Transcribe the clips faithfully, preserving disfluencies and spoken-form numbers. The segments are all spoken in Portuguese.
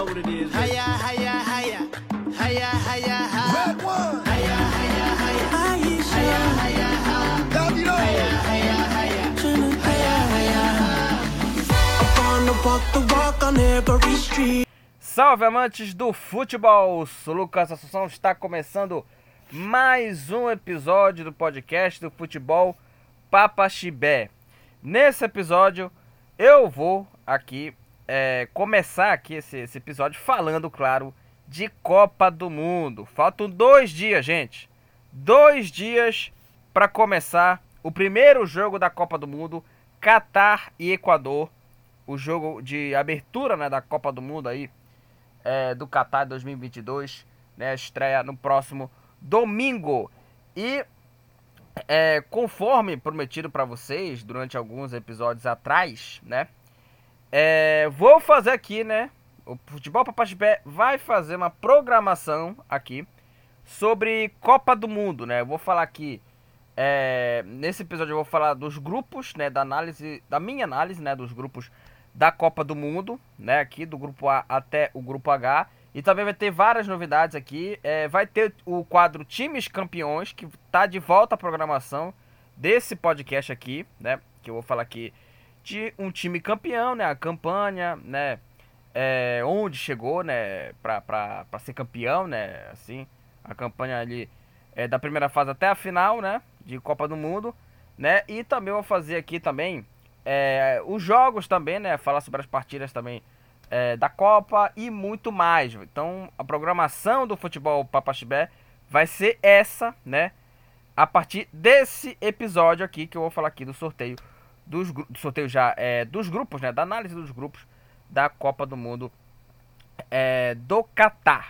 what it is. Hiya, hiya, hiya. Hiya, hiya, hiya. Red one. Hiya, hiya, hiya. Hiya, hiya, hiya. Davido. Hiya, hiya, hiya. Hiya, hiya, hiya. I wanna walk the walk on every street. Salve, amantes do futebol! Sou Lucas Assunção, está começando mais um episódio do podcast do Futebol Papaxibé. Nesse episódio eu vou aqui é, começar aqui esse, esse episódio falando, claro, de Copa do Mundo. Faltam dois dias, gente. Dois dias para começar o primeiro jogo da Copa do Mundo, Catar e Equador. O jogo de abertura, né, da Copa do Mundo aí, é, do Catar dois mil e vinte e dois, né, estreia no próximo domingo. E é, conforme prometido para vocês durante alguns episódios atrás, né, é, vou fazer aqui, né, o Futebol Papaxibé vai fazer uma programação aqui sobre Copa do Mundo, né. Eu vou falar aqui, é, nesse episódio eu vou falar dos grupos, né, da análise, da minha análise, né, dos grupos da Copa do Mundo, né, aqui do grupo A até o grupo H. E também vai ter várias novidades aqui. É, vai ter o quadro Times Campeões, que tá de volta à programação desse podcast aqui, né, que eu vou falar aqui de um time campeão, né, a campanha, né, é, onde chegou, né, pra, pra, pra ser campeão, né, assim, a campanha ali é, da primeira fase até a final, né, de Copa do Mundo, né, e também vou fazer aqui também É, os jogos também, né? Falar sobre as partidas também é, da Copa e muito mais. Então, a programação do Futebol Papaxibé vai ser essa, né? A partir desse episódio aqui, que eu vou falar aqui do sorteio, dos, do sorteio já é, dos grupos, né? Da análise dos grupos da Copa do Mundo é, do Catar.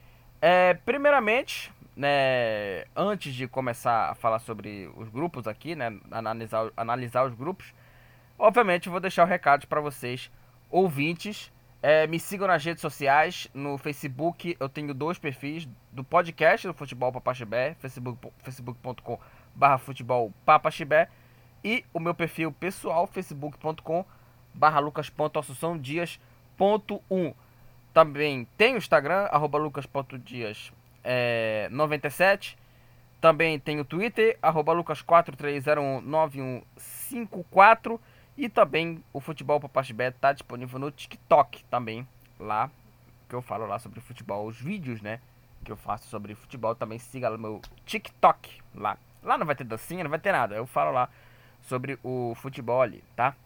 É, primeiramente, né? Antes de começar a falar sobre os grupos aqui, né? Analisar, analisar os grupos. Obviamente, eu vou deixar o recado para vocês, ouvintes. É, me sigam nas redes sociais. No Facebook, eu tenho dois perfis do podcast do Futebol Papaxibé, facebook, facebook ponto com barra futebol papaxibé, e o meu perfil pessoal, facebook ponto com barra lucas ponto assunção dias ponto um. Também tem o Instagram, arroba lucas ponto dias noventa e sete. Também tem o Twitter, arroba lucas quatro três zero um nove um cinco quatro. E também o Futebol Papaxibé está disponível no TikTok também, lá, que eu falo lá sobre futebol, os vídeos, né, que eu faço sobre futebol, também siga no meu TikTok lá. Lá não vai ter dancinha, não vai ter nada, eu falo lá sobre o futebol ali, tá?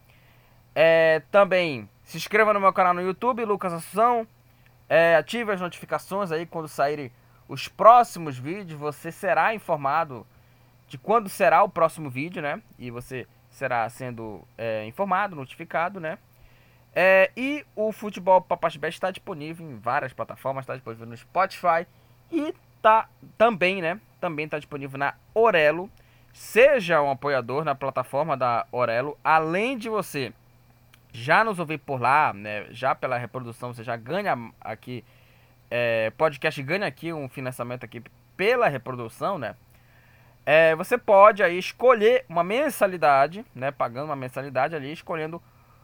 É, também se inscreva no meu canal no YouTube, Lucas Assunção, é, ative as notificações aí quando saírem os próximos vídeos, você será informado de quando será o próximo vídeo, né, e você será sendo é, informado, notificado, né? É, e o Futebol Papaxibé está disponível em várias plataformas, está disponível no Spotify e tá também, né? Também está disponível na Orelo. Seja um apoiador na plataforma da Orelo, além de você já nos ouvir por lá, né? Já pela reprodução, você já ganha aqui, é, podcast ganha aqui um financiamento aqui pela reprodução, né? É, você pode aí escolher uma mensalidade, né, pagando uma mensalidade ali, escolhendo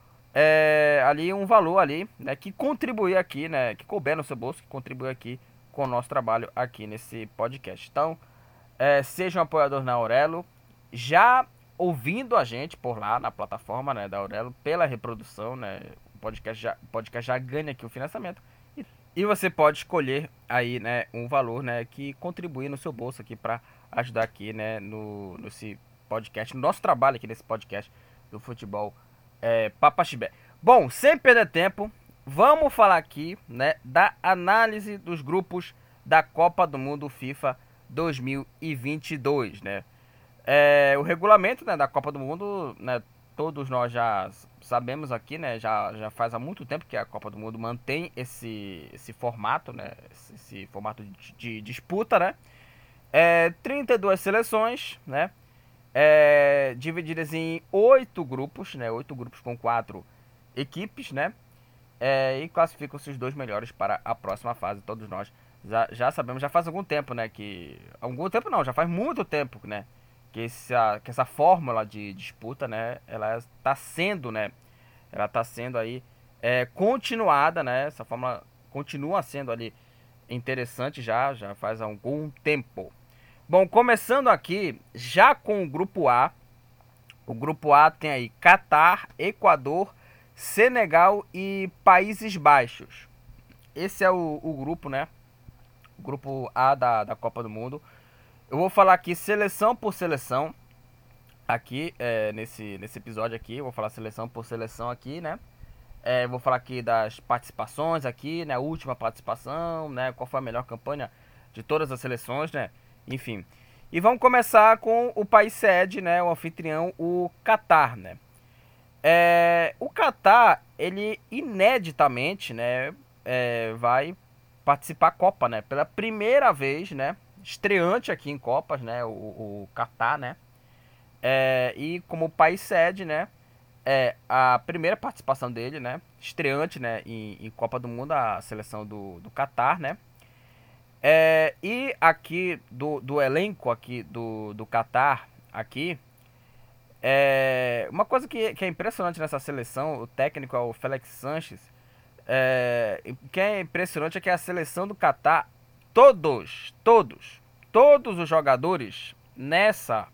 é, ali um valor ali, né, que contribui aqui, né, que couber no seu bolso, que contribui aqui com o nosso trabalho aqui nesse podcast. Então, é, seja um apoiador na Aurelo, já ouvindo a gente por lá na plataforma, né, da Aurelo, pela reprodução, né, o podcast já, o podcast já ganha aqui o financiamento. E, e você pode escolher aí, né, um valor, né, que contribui no seu bolso aqui para ajudar aqui, né, no, nesse podcast, no nosso trabalho aqui nesse podcast do Futebol é, Papaxibé. Bom, sem perder tempo, vamos falar aqui, né, da análise dos grupos da Copa do Mundo FIFA dois mil e vinte e dois, né. É, o regulamento, né, da Copa do Mundo, né, todos nós já sabemos aqui, né, já, já faz há muito tempo que a Copa do Mundo mantém esse, esse formato, né, esse, esse formato de, de disputa, né. É, trinta e duas seleções, né, é, divididas em oito grupos, né, oito grupos com quatro equipes, né, é, e classificam-se os dois melhores para a próxima fase. Todos nós já, já sabemos, já faz algum tempo, né, que, algum tempo não, já faz muito tempo, né, que essa, que essa fórmula de disputa, né, ela está sendo, né, ela está sendo aí é, continuada, né, essa fórmula continua sendo ali interessante já, já faz algum tempo. Bom, começando aqui, já com o grupo A. O grupo A tem aí Catar, Equador, Senegal e Países Baixos. Esse é o, o grupo, né? O grupo A da, da Copa do Mundo. Eu vou falar aqui seleção por seleção. Aqui, é, nesse, nesse episódio aqui, eu vou falar seleção por seleção aqui, né? É, vou falar aqui das participações aqui, né? A última participação, né? Qual foi a melhor campanha de todas as seleções, né? Enfim. E vamos começar com o país sede, né? O anfitrião, o Catar, né? É, o Catar, ele ineditamente, né? É, vai participar da Copa, né? Pela primeira vez, né? Estreante aqui em Copas, né? O, o Catar, né? É, e como país sede, né? É a primeira participação dele, né? Estreante, né? Em, em Copa do Mundo, a seleção do, do Catar, né? É, e aqui do, do elenco aqui do, do Catar, aqui, é, uma coisa que, que é impressionante nessa seleção, o técnico é o Félix Sanches, é, o que é impressionante é que a seleção do Catar, todos, todos, todos os jogadores nessa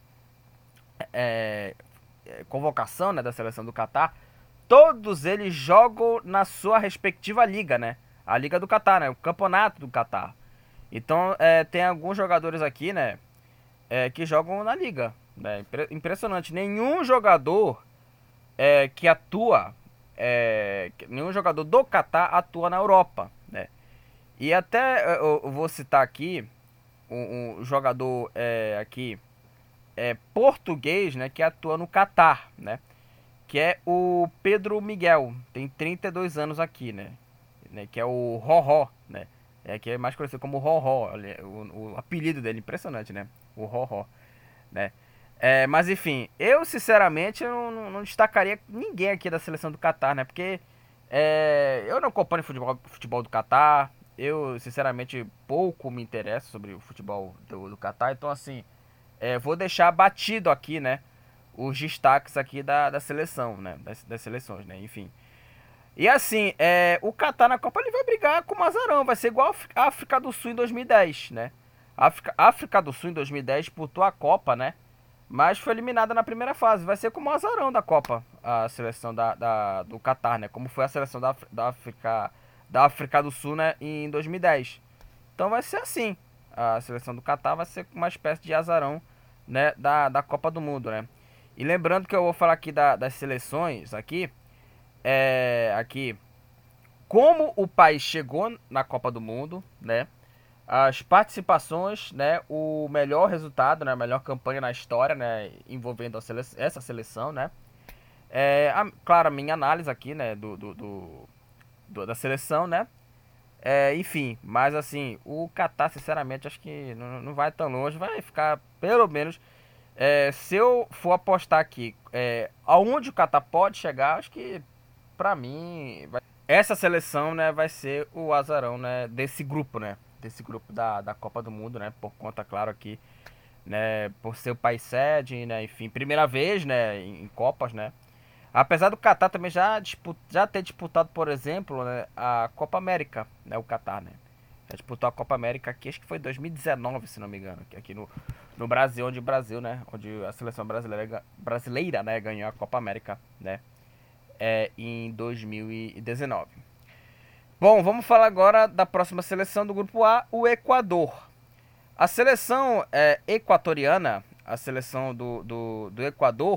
é, convocação, né, da seleção do Catar, todos eles jogam na sua respectiva liga, né? A Liga do Catar, né? O Campeonato do Catar. Então, é, tem alguns jogadores aqui, né, é, que jogam na liga, né? Impressionante. Nenhum jogador é, que atua, é, nenhum jogador do Catar atua na Europa, né? E até eu, eu vou citar aqui um, um jogador é, aqui é, português, né, que atua no Catar, né? Que é o Pedro Miguel, tem trinta e dois anos aqui, né? né que é o Rorró, né? É, que é mais conhecido como Rorró, o, o apelido dele, impressionante, né? O Rorró, né? É, mas enfim, eu sinceramente eu não, não destacaria ninguém aqui da seleção do Catar, né? Porque é, eu não acompanho futebol, futebol do Catar, eu sinceramente pouco me interesso sobre o futebol do, do Catar, então assim, é, vou deixar batido aqui, né? Os destaques aqui da, da seleção, né? Das, das seleções, né? Enfim. E assim, é, o Catar na Copa ele vai brigar com o Mazarão, vai ser igual a África do Sul em dois mil e dez, né? A África, África do Sul em dois mil e dez disputou a Copa, né? Mas foi eliminada na primeira fase. Vai ser como o Azarão da Copa, a seleção da, da, do Catar, né? Como foi a seleção da, da, África, da África do Sul, né? Em dois mil e dez. Então vai ser assim. A seleção do Catar vai ser uma espécie de azarão, né? Da, da Copa do Mundo, né? E lembrando que eu vou falar aqui da, das seleções aqui. É, aqui, como o país chegou na Copa do Mundo, né? As participações, né? O melhor resultado, né? A melhor campanha na história, né? Envolvendo a sele essa seleção, né? É, a, claro, a minha análise aqui, né? Do, do, do, do da seleção, né? É, enfim, mas assim, o Catar, sinceramente, acho que não, não vai tão longe. Vai ficar, pelo menos, é, se eu for apostar aqui, é, aonde o Catar pode chegar, acho que pra mim, vai... essa seleção, né, vai ser o azarão, né, desse grupo, né, desse grupo da, da Copa do Mundo, né, por conta, claro, aqui, né, por ser o país sede, né, enfim, primeira vez, né, em, em Copas, né, apesar do Catar também já, disput, já ter disputado, por exemplo, né, a Copa América, né, o Catar, né, já disputou a Copa América aqui, acho que foi em dois mil e dezenove, se não me engano, aqui no, no Brasil, onde o Brasil, né, onde a seleção brasileira, brasileira, né, ganhou a Copa América, né, É, em dois mil e dezenove. Bom, vamos falar agora da próxima seleção do grupo A, o Equador. A seleção é, equatoriana, a seleção do, do, do Equador,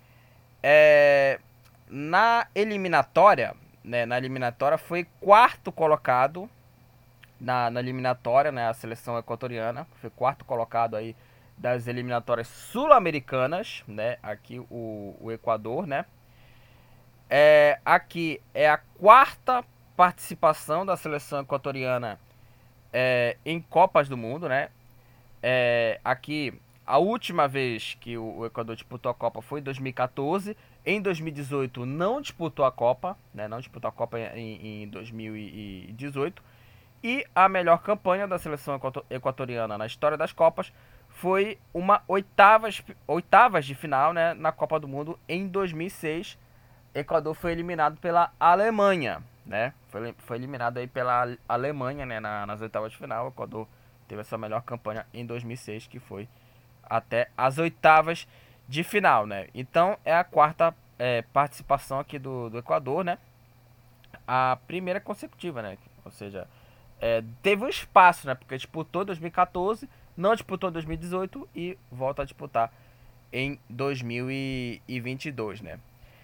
é, na eliminatória, né, na eliminatória foi quarto colocado na, na eliminatória, né, a seleção equatoriana foi quarto colocado aí das eliminatórias sul-americanas, né, aqui o, o Equador, né. É, aqui é a quarta participação da seleção equatoriana é, em Copas do Mundo, né? É, aqui, a última vez que o, o Equador disputou a Copa foi em dois mil e quatorze. Em dois mil e dezoito não disputou a Copa, né? Não disputou a Copa em, em dois mil e dezoito. E a melhor campanha da seleção equatoriana na história das Copas foi uma oitavas, oitavas de final, né, na Copa do Mundo em dois mil e seis. Equador foi eliminado pela Alemanha, né? Foi, foi eliminado aí pela Alemanha, né? Na, nas oitavas de final. O Equador teve a sua melhor campanha em dois mil e seis, que foi até as oitavas de final, né? Então é a quarta é, participação aqui do, do Equador, né? A primeira consecutiva, né? Ou seja, é, teve um espaço, né? Porque disputou em dois mil e quatorze, não disputou em dois mil e dezoito e volta a disputar em dois mil e vinte e dois, né?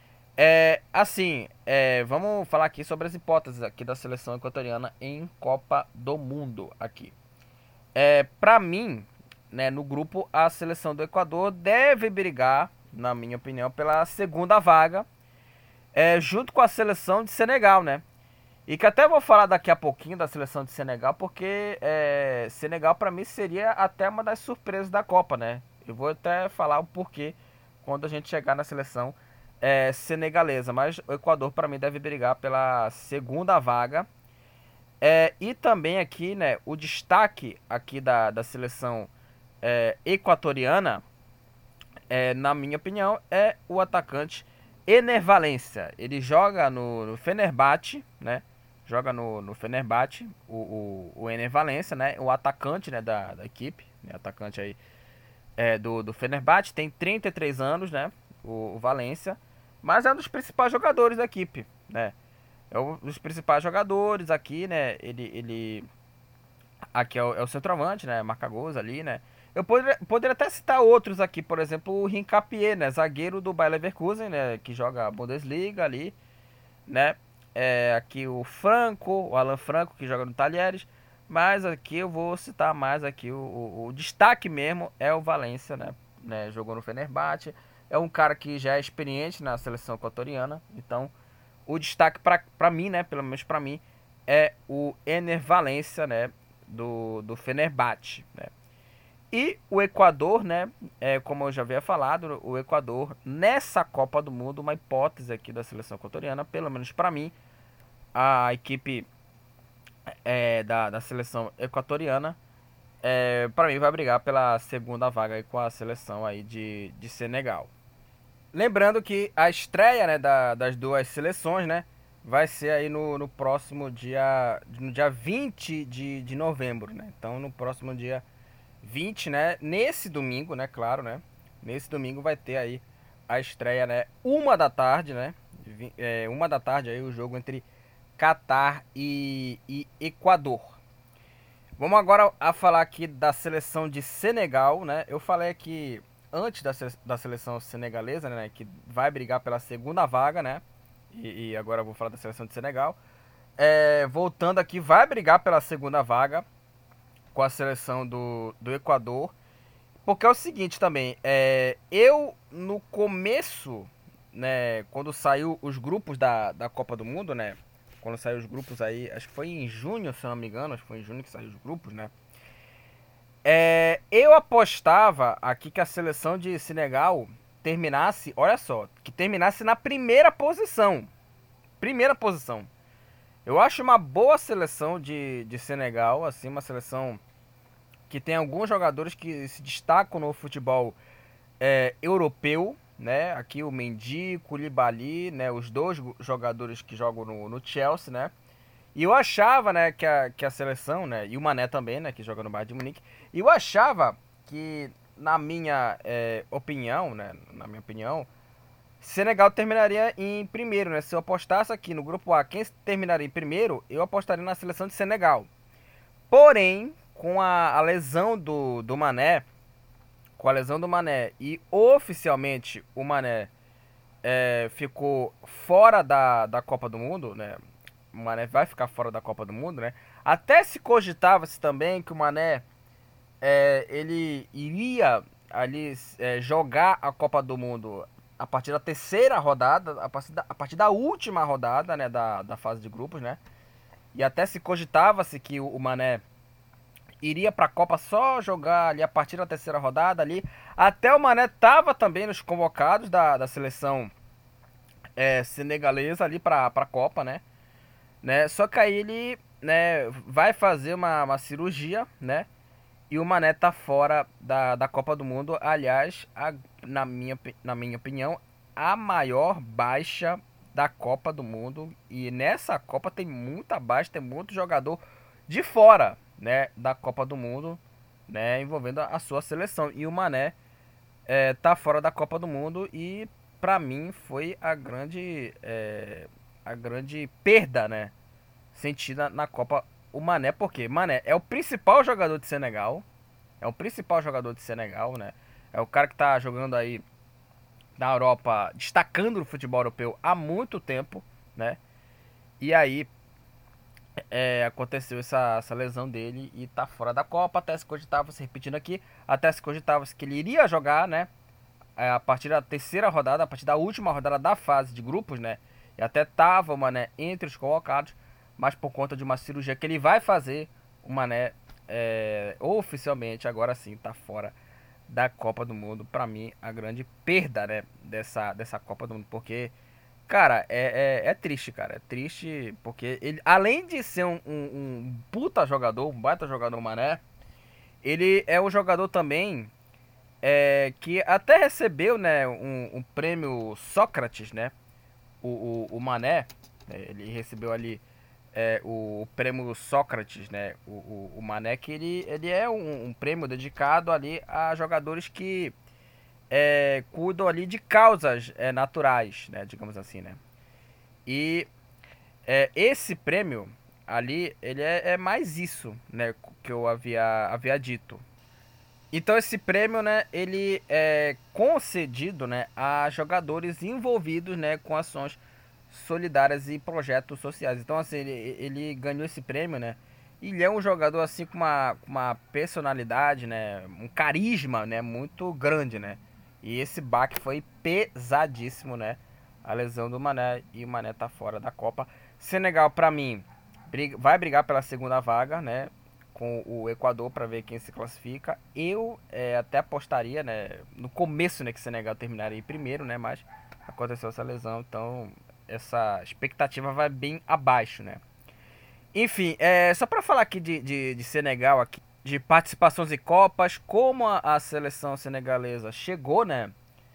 É, assim, é, vamos falar aqui sobre as hipóteses aqui da seleção equatoriana em Copa do Mundo aqui. É, para mim, né, no grupo, a seleção do Equador deve brigar, na minha opinião, pela segunda vaga, é, junto com a seleção de Senegal, né? E que até vou falar daqui a pouquinho da seleção de Senegal, porque é, Senegal para mim seria até uma das surpresas da Copa, né? Eu vou até falar o porquê quando a gente chegar na seleção é, senegalesa, mas o Equador para mim deve brigar pela segunda vaga. É, e também aqui, né, o destaque aqui da, da seleção é, equatoriana, é, na minha opinião, é o atacante Ener Valencia. Ele joga no, no Fenerbahçe, né? Joga no, no Fenerbahçe, o, o, o Ener Valencia, né? O atacante, né, da, da equipe, né? Atacante aí é, do, do Fenerbahçe, tem trinta e três anos, né? O, o Valencia, mas é um dos principais jogadores da equipe, né? É um dos principais jogadores aqui, né? Ele, ele aqui é o, é o centroavante, né? Marca gols ali, né? Eu poderia, poderia até citar outros aqui, por exemplo, o Hincapié, né? Zagueiro do Bayer Leverkusen, né? Que joga a Bundesliga ali, né? É, aqui o Franco, o Alan Franco, que joga no Talheres. Mas aqui eu vou citar mais aqui, o, o, o destaque mesmo é o Valencia, né? né? Jogou no Fenerbahçe. É um cara que já é experiente na seleção equatoriana. Então, o destaque para mim, né? Pelo menos para mim, é o Ener Valencia, né? Do, do Fenerbahçe, né? E o Equador, né, é, como eu já havia falado, o Equador, nessa Copa do Mundo, uma hipótese aqui da seleção equatoriana, pelo menos para mim, a equipe é, da, da seleção equatoriana, é, para mim vai brigar pela segunda vaga aí com a seleção aí de, de Senegal. Lembrando que a estreia, né, da, das duas seleções, né, vai ser aí no, no próximo dia, no dia vinte de, de novembro, né, então no próximo dia vinte, né? Nesse domingo, né? Claro, né? Nesse domingo vai ter aí a estreia, né? Uma da tarde, né? É, uma da tarde aí o jogo entre Catar e, e Equador. Vamos agora a falar aqui da seleção de Senegal, né? Eu falei aqui antes da, da seleção senegalesa, né? Que vai brigar pela segunda vaga, né? E, e agora eu vou falar da seleção de Senegal. É, voltando aqui, vai brigar pela segunda vaga com a seleção do, do Equador, porque é o seguinte também, é, eu no começo, né, quando saiu os grupos da, da Copa do Mundo, né, quando saiu os grupos aí, acho que foi em junho, se eu não me engano, acho que foi em junho que saiu os grupos, né, é, eu apostava aqui que a seleção de Senegal terminasse, olha só, que terminasse na primeira posição, primeira posição. Eu acho uma boa seleção de, de Senegal, assim, uma seleção que tem alguns jogadores que se destacam no futebol é, europeu, né? Aqui o Mendy, Koulibaly, né? Os dois jogadores que jogam no, no Chelsea, né? E eu achava, né, que a, que a seleção, né? E o Mané também, né? Que joga no Bayern de Munique. E eu achava que, na minha é, opinião, né? Na minha opinião, Senegal terminaria em primeiro, né? Se eu apostasse aqui no grupo A, quem terminaria em primeiro, eu apostaria na seleção de Senegal. Porém, com a, a lesão do, do Mané, com a lesão do Mané e oficialmente o Mané é, ficou fora da, da Copa do Mundo, né? O Mané vai ficar fora da Copa do Mundo, né? Até se cogitava-se também que o Mané é, ele iria ali é, jogar a Copa do Mundo a partir da terceira rodada, a partir da, a partir da última rodada, né, da, da fase de grupos, né? E até se cogitava-se que o, o Mané iria para a Copa só jogar ali a partir da terceira rodada ali. Até o Mané tava também nos convocados da, da seleção é, senegalesa ali para a Copa, né? né? Só que aí ele, né, vai fazer uma, uma cirurgia, né? E o Mané tá fora da, da Copa do Mundo. Aliás, a, na, minha, na minha opinião, a maior baixa da Copa do Mundo. E nessa Copa tem muita baixa, tem muito jogador de fora, né, da Copa do Mundo, né, envolvendo a sua seleção. E o Mané é, tá fora da Copa do Mundo e pra mim foi a grande é, a grande perda, né, sentida na Copa. O Mané, porque Mané é o principal jogador de Senegal, é o principal jogador de Senegal, né, é o cara que tá jogando aí na Europa, destacando no futebol europeu há muito tempo, né, e aí É, aconteceu essa, essa lesão dele e tá fora da Copa. Até se cogitava, se repetindo aqui, até se cogitava que ele iria jogar, né, a partir da terceira rodada, a partir da última rodada da fase de grupos, né, e até tava o Mané entre os colocados, mas por conta de uma cirurgia que ele vai fazer, o Mané é, oficialmente agora sim tá fora da Copa do Mundo. Pra mim, a grande perda, né, dessa, dessa Copa do Mundo, porque cara, é, é, é triste, cara. É triste porque ele, além de ser um, um, um puta jogador, um baita jogador, Mané, ele é um jogador também é, que até recebeu, né, um, um prêmio Sócrates, né? O, o, o Mané, né, ele recebeu ali é, o prêmio Sócrates, né? O, o, o Mané, que ele, ele é um, um prêmio dedicado ali a jogadores que é, cuidam ali de causas é, naturais, né, digamos assim, né? E é, esse prêmio ali, ele é, é mais isso, né, que eu havia, havia dito. Então esse prêmio, né, ele é concedido, né, a jogadores envolvidos, né, com ações solidárias e projetos sociais. Então assim, ele, ele ganhou esse prêmio, né? E ele é um jogador assim com uma, com uma personalidade, né, um carisma, né, muito grande, né? E esse baque foi pesadíssimo, né? A lesão do Mané, e o Mané tá fora da Copa. Senegal, pra mim, briga, vai brigar pela segunda vaga, né? Com o Equador para ver quem se classifica. Eu é, até apostaria, né? No começo, né, que o Senegal terminaria em primeiro, né? Mas aconteceu essa lesão, então essa expectativa vai bem abaixo, né? Enfim, é, só para falar aqui de, de, de Senegal, aqui, de participações em Copas, como a, a seleção senegalesa chegou, né,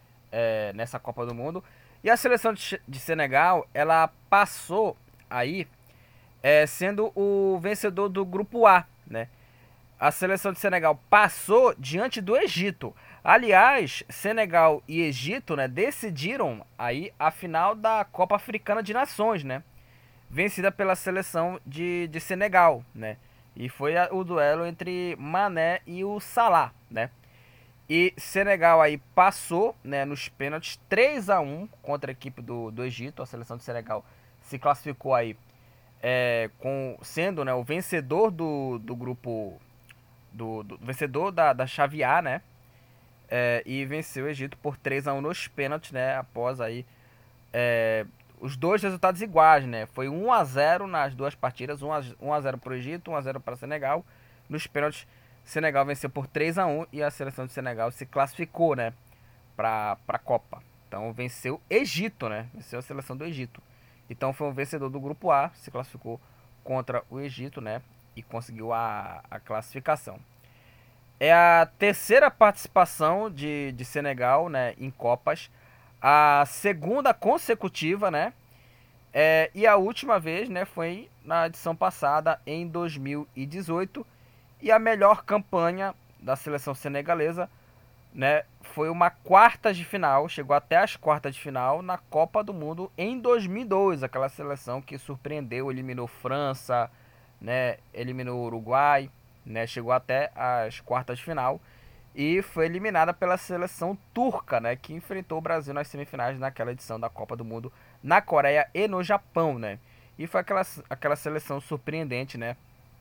é, nessa Copa do Mundo. E a seleção de, de Senegal, ela passou aí é, sendo o vencedor do Grupo A, né? A seleção de Senegal passou diante do Egito. Aliás, Senegal e Egito, né, decidiram aí a final da Copa Africana de Nações, né? Vencida pela seleção de, de Senegal, né? E foi a, o duelo entre Mané e o Salah, né? E Senegal aí passou, né, nos pênaltis três a um contra a equipe do, do Egito. A seleção de Senegal se classificou aí é, com, sendo, né, o vencedor do, do grupo, do, do vencedor da, da chave A, né? É, e venceu o Egito por três a um nos pênaltis, né? Após aí é, os dois resultados iguais, né? Foi um a zero nas duas partidas, um a zero para o Egito, um a zero para Senegal. Nos pênaltis, Senegal venceu por três a um e a seleção de Senegal se classificou, né, para a Copa. Então venceu Egito, né? Venceu a seleção do Egito. Então foi o vencedor do grupo A, se classificou contra o Egito, né, e conseguiu a, a classificação. É a terceira participação de, de Senegal, né, em Copas. A segunda consecutiva, né? É, e a última vez, né, foi na edição passada, em dois mil e dezoito. E a melhor campanha da seleção senegalesa, né, foi uma quarta de final. Chegou até as quartas de final na Copa do Mundo em dois mil e dois. Aquela seleção que surpreendeu, eliminou França, né, eliminou Uruguai, né, chegou até as quartas de final. E foi eliminada pela seleção turca, né, que enfrentou o Brasil nas semifinais naquela edição da Copa do Mundo na Coreia e no Japão, né? E foi aquela, aquela seleção surpreendente, né?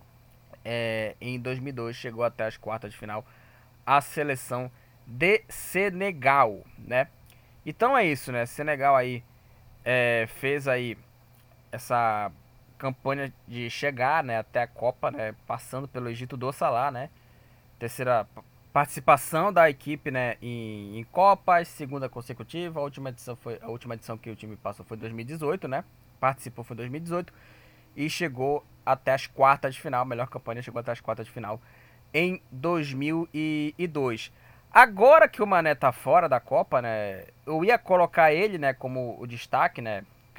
É, em dois mil e dois chegou até as quartas de final a seleção de Senegal, né? Então é isso, né? Senegal aí é, fez aí essa campanha de chegar, né, até a Copa, né, passando pelo Egito do Salah, né? Terceira participação da equipe, né, em, em Copas, segunda consecutiva. A última edição foi a última edição que o time passou foi dois mil e dezoito, né? Participou foi dois mil e dezoito e chegou até as quartas de final. A melhor campanha, chegou até as quartas de final em dois mil e dois. Agora que o Mané tá fora da Copa, né, eu ia colocar ele, né, como o destaque, né,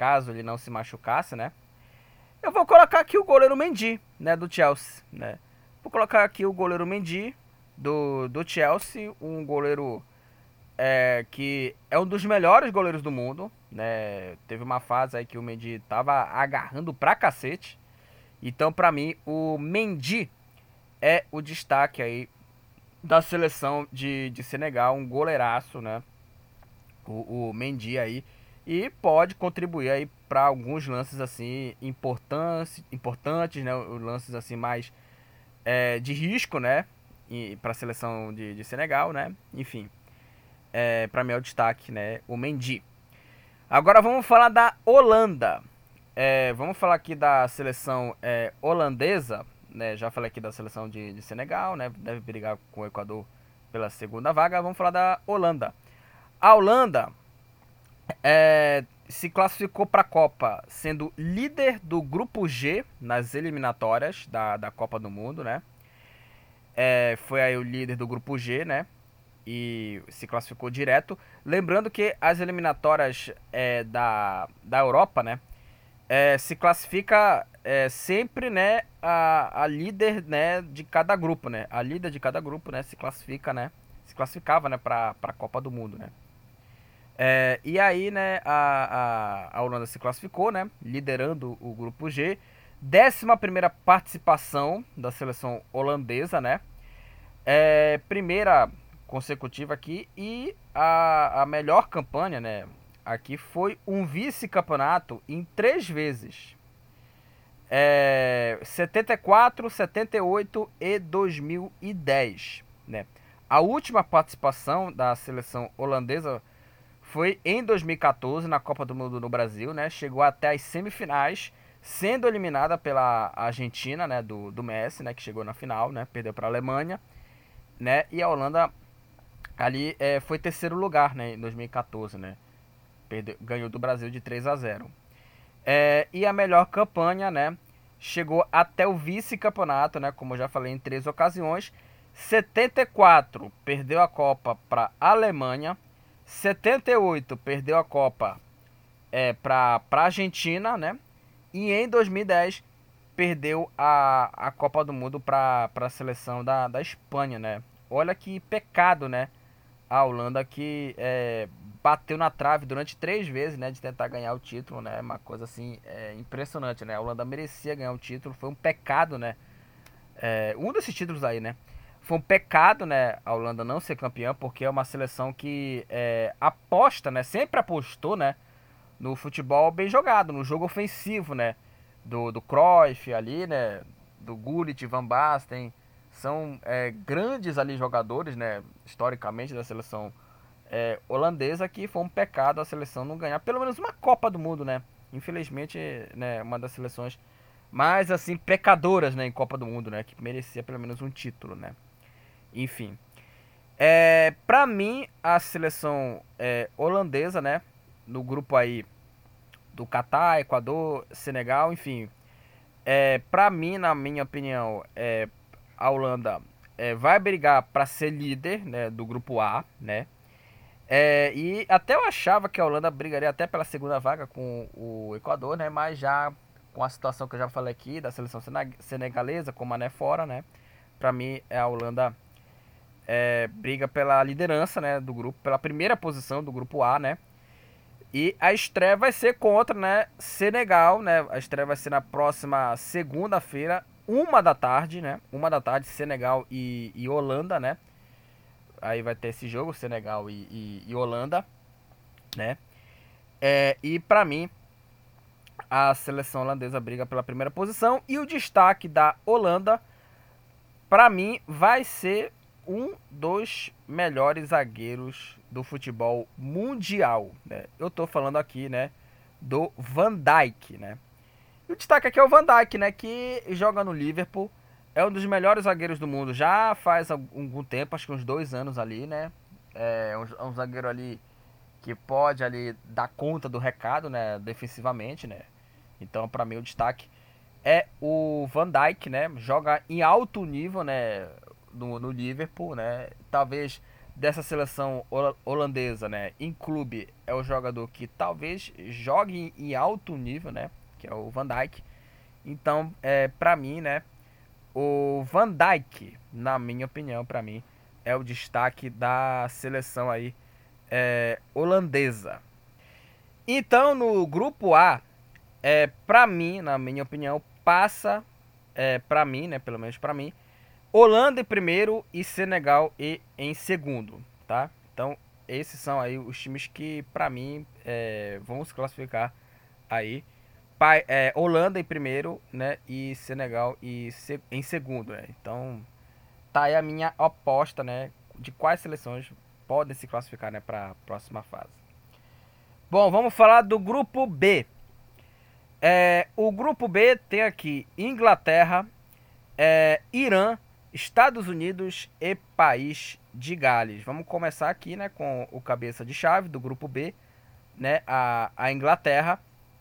caso ele não se machucasse, né? Eu vou colocar aqui o goleiro Mendy, né, do Chelsea, né? Vou colocar aqui o goleiro Mendy do, do Chelsea, um goleiro é, que é um dos melhores goleiros do mundo, né? Teve uma fase aí que o Mendy tava agarrando pra cacete. Então, pra mim, o Mendy é o destaque aí da seleção de, de Senegal, um goleiraço, né? O, o Mendy aí. E pode contribuir aí para alguns lances assim importantes, importantes, né? Lances assim mais é, de risco, né? Para a seleção de, de Senegal, né? Enfim, é, para mim é o destaque, né? O Mendy. Agora vamos falar da Holanda. É, vamos falar aqui da seleção é, holandesa, né? Já falei aqui da seleção de, de Senegal, né? Deve brigar com o Equador pela segunda vaga. Vamos falar da Holanda. A Holanda é, se classificou para a Copa sendo líder do grupo G nas eliminatórias da, da Copa do Mundo, né? É, foi aí o líder do grupo G, né? E se classificou direto. Lembrando que as eliminatórias é, da, da Europa, né? É, se classifica é, sempre, né? A, a líder, né? De cada grupo, né? A líder de cada grupo, né? Se classifica, né? Se classificava, né? Para a Copa do Mundo, né? É, e aí, né, a, a, a Holanda se classificou, né, liderando o grupo G. Décima primeira participação da seleção holandesa, né, é, primeira consecutiva aqui. E a, a melhor campanha, né, aqui foi um vice-campeonato em três vezes. É, setenta e quatro, setenta e oito e dois mil e dez, né. A última participação da seleção holandesa foi em dois mil e quatorze, na Copa do Mundo no Brasil, né? Chegou até as semifinais, sendo eliminada pela Argentina, né? Do, do Messi, né? Que chegou na final, né? Perdeu para a Alemanha, né? E a Holanda ali é, foi terceiro lugar, né? Em dois mil e quatorze, né? Perdeu, ganhou do Brasil de três a zero. É, e a melhor campanha, né? Chegou até o vice-campeonato, né? Como eu já falei, em três ocasiões. setenta e quatro, perdeu a Copa para a Alemanha. setenta e oito perdeu a Copa é, para a Argentina, né? E em dois mil e dez perdeu a, a Copa do Mundo para a seleção da, da Espanha, né? Olha que pecado, né? A Holanda que é, bateu na trave durante três vezes, né? De tentar ganhar o título, né? Uma coisa assim é, impressionante, né? A Holanda merecia ganhar o título, foi um pecado, né? É, um desses títulos aí, né? Foi um pecado, né, a Holanda não ser campeã, porque é uma seleção que é, aposta, né, sempre apostou, né, no futebol bem jogado, no jogo ofensivo, né, do, do Cruyff ali, né, do Gullit, Van Basten, são é, grandes ali jogadores, né, historicamente da seleção é, holandesa, que foi um pecado a seleção não ganhar pelo menos uma Copa do Mundo, né, infelizmente, né, uma das seleções mais, assim, pecadoras, né, em Copa do Mundo, né, que merecia pelo menos um título, né. Enfim, é, pra mim, a seleção é, holandesa, né, no grupo aí do Catar, Equador, Senegal, enfim, é, pra mim, na minha opinião, é, a Holanda é, vai brigar pra ser líder, né, do grupo A, né, é, e até eu achava que a Holanda brigaria até pela segunda vaga com o Equador, né, mas já com a situação que eu já falei aqui, da seleção senegalesa, com o Mané fora, né, pra mim, a Holanda É, briga pela liderança, né, do grupo, pela primeira posição do grupo A, né? E a estreia vai ser contra, né, Senegal, né? A estreia vai ser na próxima segunda-feira, uma da tarde, né? Uma da tarde, Senegal e, e Holanda, né? Aí vai ter esse jogo, Senegal e, e, e Holanda, né? É, e pra mim, a seleção holandesa briga pela primeira posição. E o destaque da Holanda, pra mim, vai ser um dos melhores zagueiros do futebol mundial, né? Eu tô falando aqui, né, do Van Dijk, né? E o destaque aqui é o Van Dijk, né, que joga no Liverpool, é um dos melhores zagueiros do mundo, já faz algum tempo, acho que uns dois anos ali, né? É um, um zagueiro ali que pode ali dar conta do recado, né, defensivamente, né? Então, pra mim, o destaque é o Van Dijk, né? Joga em alto nível, né? No, no Liverpool, né? Talvez dessa seleção holandesa, né, em clube, é o jogador que talvez jogue em alto nível, né, que é o Van Dijk. Então, é, pra mim, né, o Van Dijk, na minha opinião, pra mim, é o destaque da seleção aí é, holandesa. Então, no grupo A, é, pra mim, na minha opinião, passa, é, pra mim, né, pelo menos pra mim, Holanda em primeiro e Senegal e em segundo, tá? Então, esses são aí os times que, pra mim, é, vão se classificar aí. Pa- é, Holanda em primeiro, né, e Senegal e se- em segundo, né? Então, tá aí a minha aposta, né, de quais seleções podem se classificar, né, para a próxima fase. Bom, vamos falar do grupo B. É, o grupo B tem aqui Inglaterra, é, Irã, Estados Unidos e País de Gales. Vamos começar aqui, né, com o cabeça de chave do grupo B, né, a, a Inglaterra.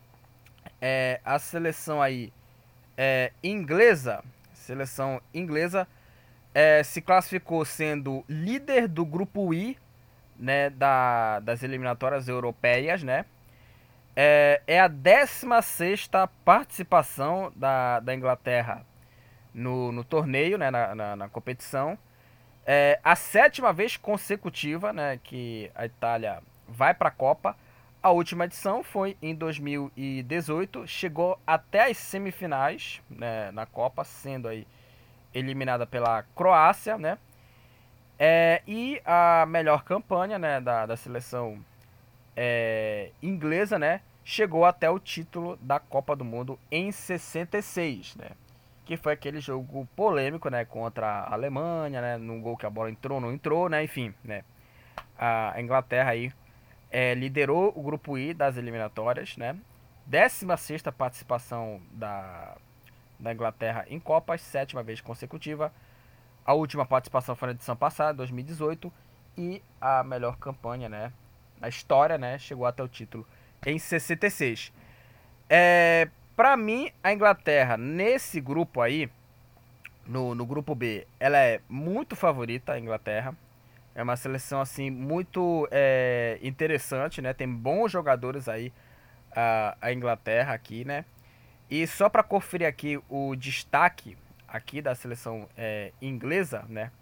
É, a seleção aí é, inglesa, seleção inglesa, é, se classificou sendo líder do grupo I, né, da, das eliminatórias europeias, né? É, é a décima sexta participação da, da Inglaterra no, no torneio, né, na, na, na competição. É a sétima vez consecutiva, né, que a Itália vai para a Copa. A última edição foi em dois mil e dezoito, chegou até as semifinais, né, na Copa, sendo aí eliminada pela Croácia, né? É, e a melhor campanha, né, da, da seleção é, inglesa, né, chegou até o título da Copa do Mundo em sessenta e seis, né? Que foi aquele jogo polêmico, né, contra a Alemanha, né, num gol que a bola entrou, não entrou, né, enfim, né? A Inglaterra aí é, liderou o grupo I das eliminatórias, né? décima sexta participação da, da Inglaterra em Copas, sétima vez consecutiva. A última participação foi na edição passada, dois mil e dezoito, e a melhor campanha, né, na história, né, chegou até o título em sessenta e seis. É, para mim, a Inglaterra nesse grupo aí, no, no grupo B, ela é muito favorita, a Inglaterra. É uma seleção assim muito é, interessante, né? Tem bons jogadores aí a, a Inglaterra aqui, né? E só para conferir aqui o destaque aqui da seleção é, inglesa, né?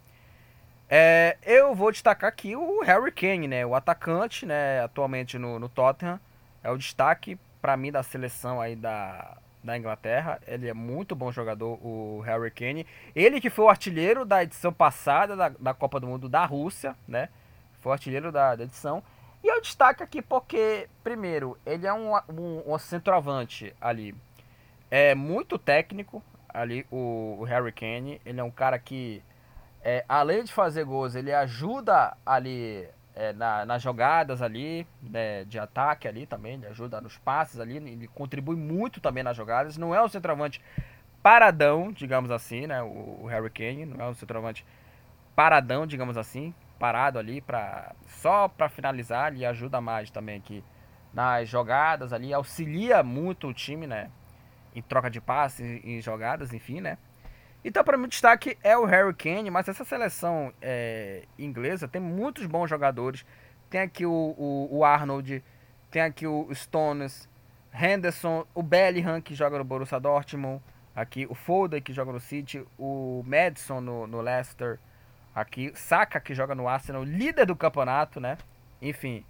É, eu vou destacar aqui o Harry Kane, né? O atacante, né? Atualmente no, no Tottenham, é o destaque para mim da seleção aí da, da Inglaterra. Ele é muito bom jogador, o Harry Kane. Ele que foi o artilheiro da edição passada da, da Copa do Mundo da Rússia, né? Foi o artilheiro da, da edição. E eu destaco aqui porque, primeiro, ele é um, um, um centroavante ali. É muito técnico ali, o, o Harry Kane. Ele é um cara que, é, além de fazer gols, ele ajuda ali é, na, nas jogadas ali, né, de ataque ali também. Ele ajuda nos passes ali, ele contribui muito também nas jogadas. Não é um centroavante paradão, digamos assim, né, o, o Harry Kane. Não é um centroavante paradão, digamos assim, parado ali pra, só para finalizar. Ele ajuda mais também aqui nas jogadas ali, auxilia muito o time, né, em troca de passes, em jogadas, enfim, né. Então, para mim, o destaque é o Harry Kane, mas essa seleção é, inglesa tem muitos bons jogadores. Tem aqui o, o, o Arnold, tem aqui o Stones, Henderson, o Bellingham, que joga no Borussia Dortmund, aqui o Foden, que joga no City, o Maddison no, no Leicester, aqui Saka, que joga no Arsenal, líder do campeonato, né? Enfim,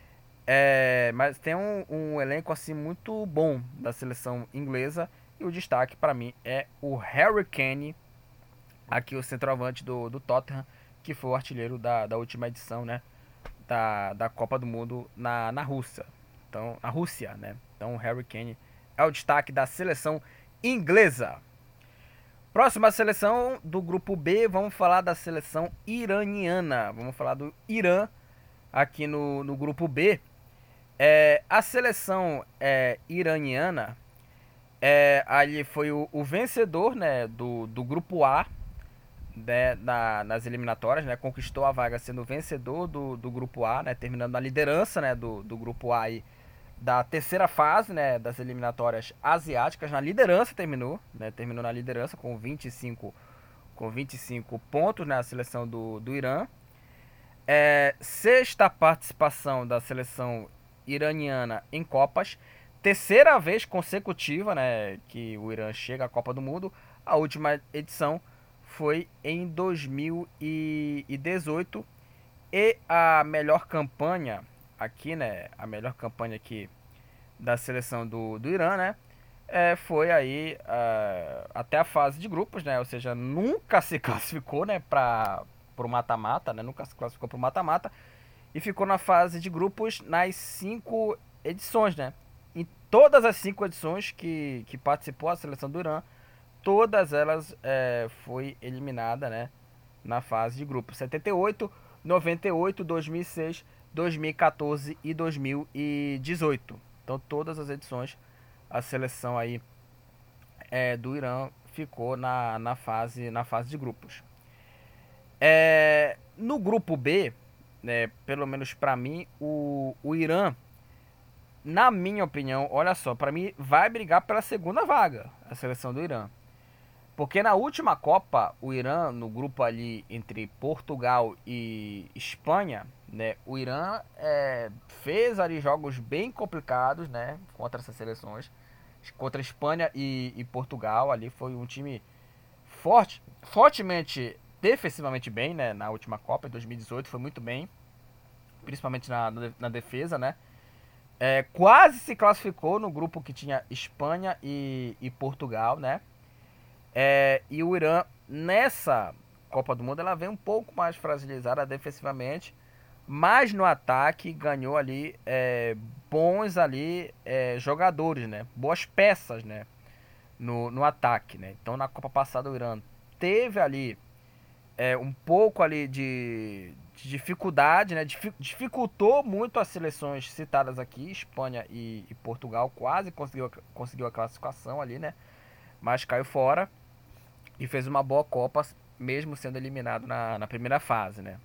é, mas tem um, um elenco assim muito bom da seleção inglesa. E o destaque para mim é o Harry Kane, aqui o centroavante do, do Tottenham, que foi o artilheiro da, da última edição, né, da, da Copa do Mundo na, na Rússia. Então, a Rússia, né? Então o Harry Kane é o destaque da seleção inglesa. Próxima seleção do grupo B, vamos falar da seleção iraniana. Vamos falar do Irã aqui no, no grupo B. É, a seleção é, iraniana é, ali foi o, o vencedor, né, do, do grupo A, né, na, nas eliminatórias, né, conquistou a vaga sendo vencedor do, do grupo A, né, terminando na liderança, né, do, do grupo A aí, da terceira fase, né, das eliminatórias asiáticas. Na liderança terminou, né, terminou na liderança com vinte e cinco, com vinte e cinco pontos, né, a seleção do, do Irã. É, sexta participação da seleção iraniana em Copas. Terceira vez consecutiva, né, que o Irã chega à Copa do Mundo. A última edição foi em dois mil e dezoito. E a melhor campanha aqui, né, a melhor campanha aqui da seleção do, do Irã, né, é, foi aí uh, até a fase de grupos, né, ou seja, nunca se classificou, né, para o mata-mata, né, nunca se classificou para o mata-mata e ficou na fase de grupos nas cinco edições, né. Em todas as cinco edições que, que participou a seleção do Irã, todas elas é, foi eliminada, né, na fase de grupos. setenta e oito, noventa e oito, dois mil e seis, dois mil e quatorze e dois mil e dezoito. Então todas as edições a seleção aí é, do Irã ficou na, na, fase, na fase de grupos. É, no grupo B, né, pelo menos para mim, o, o Irã, na minha opinião, olha só, para mim vai brigar pela segunda vaga, a seleção do Irã. Porque na última Copa, o Irã, no grupo ali entre Portugal e Espanha, né, o Irã é, fez ali jogos bem complicados, né, contra essas seleções. Contra Espanha e, e Portugal, ali foi um time forte, fortemente, defensivamente bem, né, na última Copa, em dois mil e dezoito, foi muito bem, principalmente na, na defesa, né. É, quase se classificou no grupo que tinha Espanha e, e Portugal, né. É, e o Irã, nessa Copa do Mundo, ela vem um pouco mais fragilizada defensivamente, mas no ataque ganhou ali é, bons ali é, jogadores, né? Boas peças, né? No, no ataque, né? Então na Copa passada o Irã teve ali é, um pouco ali de, de dificuldade, né? Dificultou muito as seleções citadas aqui, Espanha e, e Portugal, quase conseguiu, conseguiu a classificação ali, né? Mas caiu fora e fez uma boa Copa, mesmo sendo eliminado na, na primeira fase, né?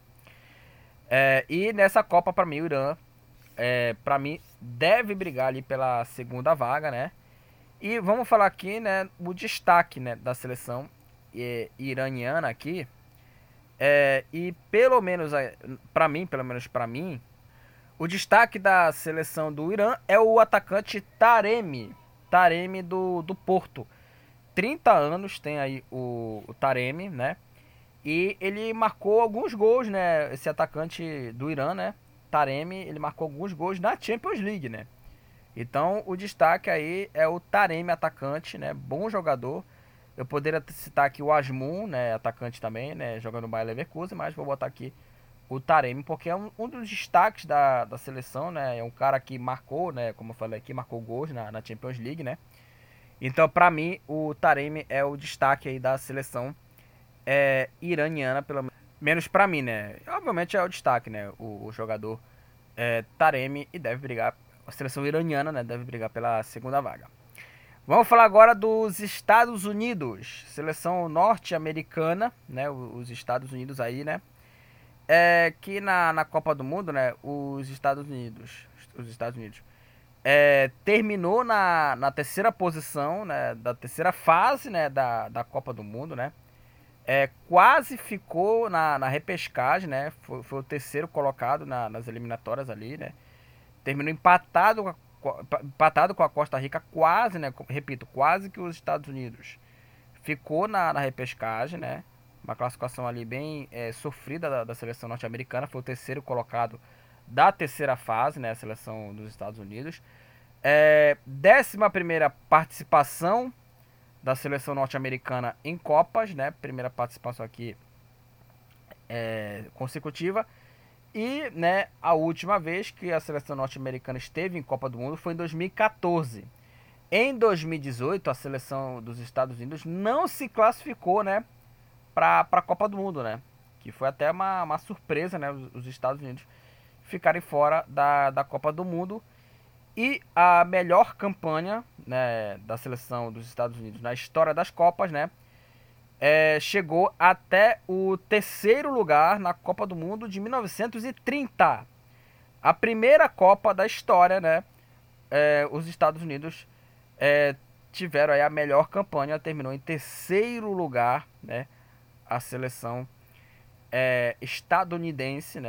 É, e nessa Copa, para mim, o Irã, é, para mim, deve brigar ali pela segunda vaga, né? E vamos falar aqui, né, o destaque, né, da seleção é, iraniana aqui. É, e pelo menos, para mim, pelo menos para mim, o destaque da seleção do Irã é o atacante Taremi, Taremi do, do Porto. trinta anos tem aí o, o Taremi, né? E ele marcou alguns gols, né? Esse atacante do Irã, né? Taremi, ele marcou alguns gols na Champions League, né? Então, o destaque aí é o Taremi, atacante, né? Bom jogador. Eu poderia citar aqui o Asmun, né? Atacante também, né? Jogando no Bayer Leverkusen, mas vou botar aqui o Taremi, porque é um, um dos destaques da, da seleção, né? É um cara que marcou, né? Como eu falei aqui, marcou gols na, na Champions League, né? Então, pra mim, o Taremi é o destaque aí da seleção é, iraniana, pelo menos pra mim, né? Obviamente é o destaque, né? O, o jogador é, Taremi, e deve brigar, a seleção iraniana, né? Deve brigar pela segunda vaga. Vamos falar agora dos Estados Unidos, seleção norte-americana, né? Os Estados Unidos aí, né? É que na, na Copa do Mundo, né? Os Estados Unidos, os Estados Unidos É, terminou na, na terceira posição, né, da terceira fase, né, da, da Copa do Mundo, né, é, quase ficou na, na repescagem, né, foi, foi o terceiro colocado na, nas eliminatórias ali, né, terminou empatado, empatado com a Costa Rica, quase, né, repito, quase que os Estados Unidos ficou na, na repescagem, né, uma classificação ali bem é, sofrida da, da seleção norte-americana, foi o terceiro colocado da terceira fase, né, a seleção dos Estados Unidos. É, décima primeira participação da seleção norte-americana em Copas, né, primeira participação aqui é, consecutiva. E, né, a última vez que a seleção norte-americana esteve em Copa do Mundo foi em dois mil e quatorze. Em dois mil e dezoito, a seleção dos Estados Unidos não se classificou, né, para a Copa do Mundo, né, que foi até uma, uma surpresa, né, os, os Estados Unidos ficarem fora da, da Copa do Mundo. E a melhor campanha, né, da seleção dos Estados Unidos na história das Copas, né, é, chegou até o terceiro lugar na Copa do Mundo de mil novecentos e trinta. A primeira Copa da história, né, é, os Estados Unidos é, tiveram aí a melhor campanha, terminou em terceiro lugar, né, a seleção é, estadunidense, né,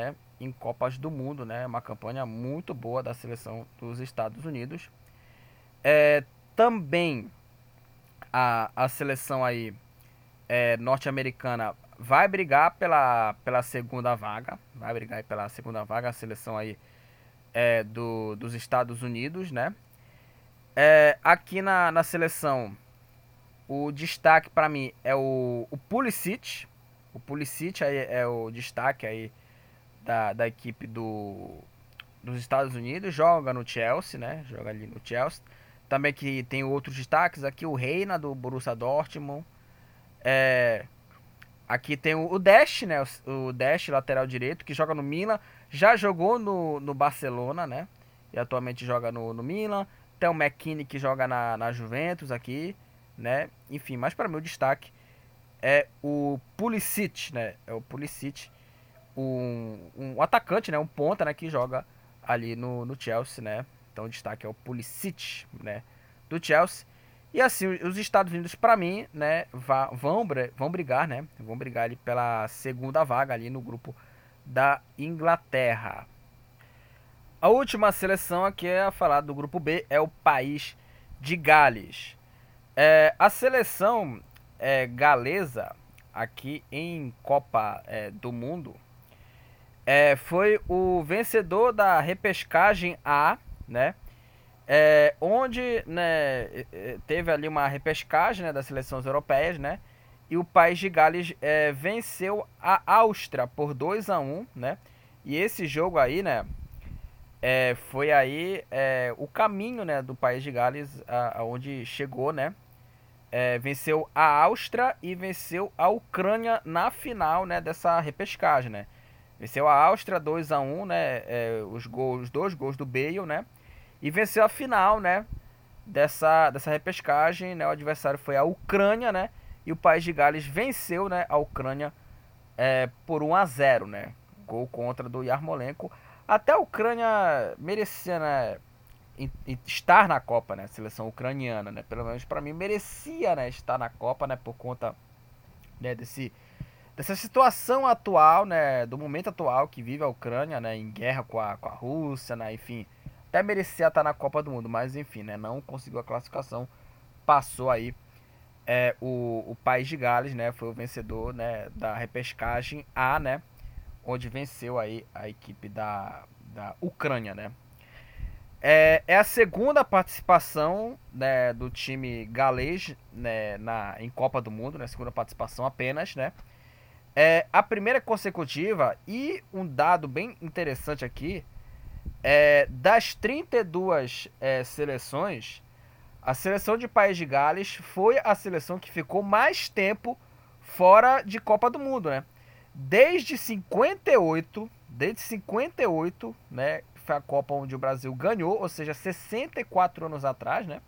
em Copas do Mundo, né? Uma campanha muito boa da seleção dos Estados Unidos. É, também a, a seleção aí é, norte-americana vai brigar pela, pela segunda vaga, vai brigar aí pela segunda vaga, a seleção aí é, do, dos Estados Unidos, né? É, aqui na, na seleção, o destaque para mim é o, o Pulisic. O Pulisic aí é o destaque aí da, da equipe do, dos Estados Unidos. Joga no Chelsea, né? Joga ali no Chelsea. Também que tem outros destaques aqui, o Reina do Borussia Dortmund. É, aqui tem o, o Dash, né? O, o Dash, lateral direito, que joga no Milan. Já jogou no, no Barcelona, né? E atualmente joga no, no Milan. Tem o McKinney que joga na, na Juventus aqui, né? Enfim, mas para mim o destaque é o Pulisic, né? É o Pulisic, um, um atacante, né? Um ponta, né? Que joga ali no, no Chelsea, né? Então o destaque é o Pulisic, né? Do Chelsea. E assim, os Estados Unidos, para mim, né? Vão, vão brigar, né? Vão brigar ali pela segunda vaga ali no grupo da Inglaterra. A última seleção aqui é a falar do grupo B, é o país de Gales. É, a seleção é, galesa aqui em Copa é, do Mundo é, foi o vencedor da repescagem A, né? É, onde né, teve ali uma repescagem, né, das seleções europeias, né? E o país de Gales é, venceu a Áustria por dois a um, né? E esse jogo aí, né? É, foi aí é, o caminho, né, do país de Gales aonde chegou, né? É, venceu a Áustria e venceu a Ucrânia na final, né, dessa repescagem, né? Venceu a Áustria dois a um, né? É, os, gols, os dois gols do Bale, né? E venceu a final, né? Dessa, dessa repescagem, né? O adversário foi a Ucrânia, né? E o país de Gales venceu, né, a Ucrânia é, por um a zero, né? Gol contra do Yarmolenko. Até a Ucrânia merecia, né, estar na Copa, né? A seleção ucraniana, né? Pelo menos para mim merecia, né, estar na Copa, né? Por conta, né, desse dessa situação atual, né? Do momento atual que vive a Ucrânia, né? Em guerra com a, com a Rússia, né? Enfim, até merecia estar na Copa do Mundo, mas enfim, né? Não conseguiu a classificação, passou aí é, o, o país de Gales, né? Foi o vencedor, né, da repescagem A, né? Onde venceu aí a equipe da, da Ucrânia, né? É, é a segunda participação, né, do time galês, né, na, em Copa do Mundo, né? Segunda participação apenas, né? É, a primeira consecutiva, e um dado bem interessante aqui, é, das trinta e duas é, seleções, a seleção de País de Gales foi a seleção que ficou mais tempo fora de Copa do Mundo, né? Desde cinquenta e oito, desde cinquenta e oito, né, foi a Copa onde o Brasil ganhou, ou seja, sessenta e quatro anos atrás, né?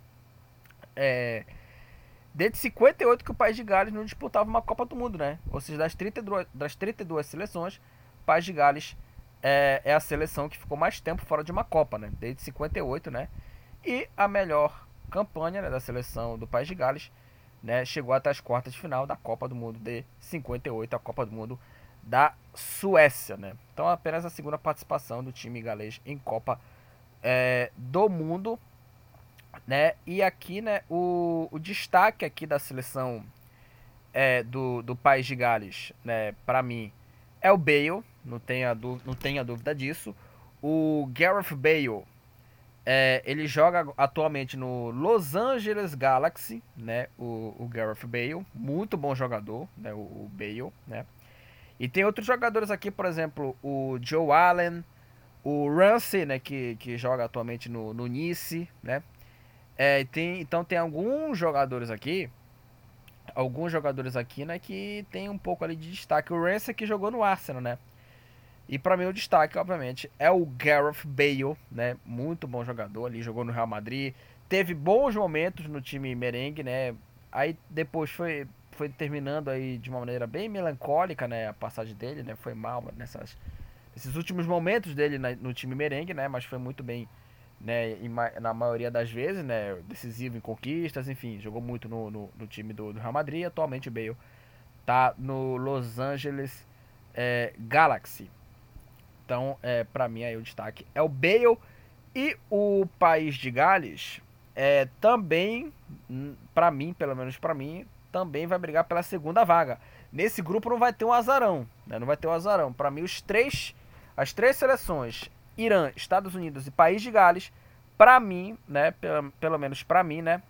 É, desde cinquenta e oito que o País de Gales não disputava uma Copa do Mundo, né? Ou seja, das trinta e duas, das trinta e duas seleções, o País de Gales é, é a seleção que ficou mais tempo fora de uma Copa, né? Desde cinquenta e oito, né? E a melhor campanha, né, da seleção do País de Gales, né, chegou até as quartas de final da Copa do Mundo de cinquenta e oito, a Copa do Mundo da Suécia, né? Então apenas a segunda participação do time galês em Copa é, do Mundo, né? E aqui, né, o, o destaque aqui da seleção é, do, do País de Gales, né, para mim é o Bale, não tenha, não tenha dúvida disso. O Gareth Bale, é, ele joga atualmente no Los Angeles Galaxy, né? O, o Gareth Bale, muito bom jogador, né? O, o Bale, né? E tem outros jogadores aqui, por exemplo, o Joe Allen, o Ramsey, né? Que, que joga atualmente no, no Nice, né? É, tem, então tem alguns jogadores aqui, alguns jogadores aqui, né? Que tem um pouco ali de destaque. O Ramsey que jogou no Arsenal, né? E pra mim o destaque, obviamente, é o Gareth Bale, né? Muito bom jogador ali, jogou no Real Madrid, teve bons momentos no time merengue, né? Aí depois foi, foi terminando aí de uma maneira bem melancólica, né? A passagem dele, né? Foi mal nessas, nesses últimos momentos dele na, no time merengue, né? Mas foi muito bem, né? Em, na maioria das vezes, né? Decisivo em conquistas, enfim, jogou muito no, no, no time do, do Real Madrid. Atualmente o Bale tá no Los Angeles é, Galaxy. Então, é, para mim, aí o destaque é o Bale. E o País de Gales é, também, para mim, pelo menos para mim, também vai brigar pela segunda vaga. Nesse grupo não vai ter um azarão, né? Não vai ter um azarão. Para mim, os três, as três seleções, Irã, Estados Unidos e País de Gales, para mim, né, pelo, pelo menos para mim, né,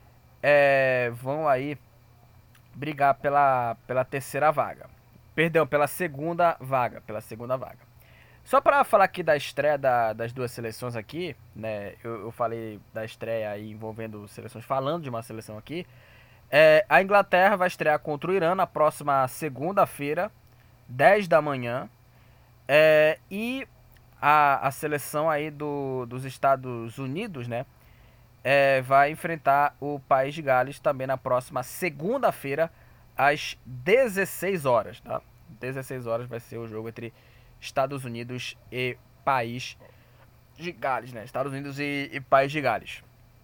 é, vão aí brigar pela, pela terceira vaga. Perdão, pela segunda vaga, pela segunda vaga. Só para falar aqui da estreia da, das duas seleções aqui, né? Eu, eu falei da estreia aí envolvendo seleções, falando de uma seleção aqui. É, a Inglaterra vai estrear contra o Irã na próxima segunda-feira, dez da manhã. É, e a, a seleção aí do, dos Estados Unidos, né? É, vai enfrentar o País de Gales também na próxima segunda-feira, às dezesseis horas, tá? dezesseis horas vai ser o jogo entre Estados Unidos e País de Gales, né? Estados Unidos e, e País de Gales.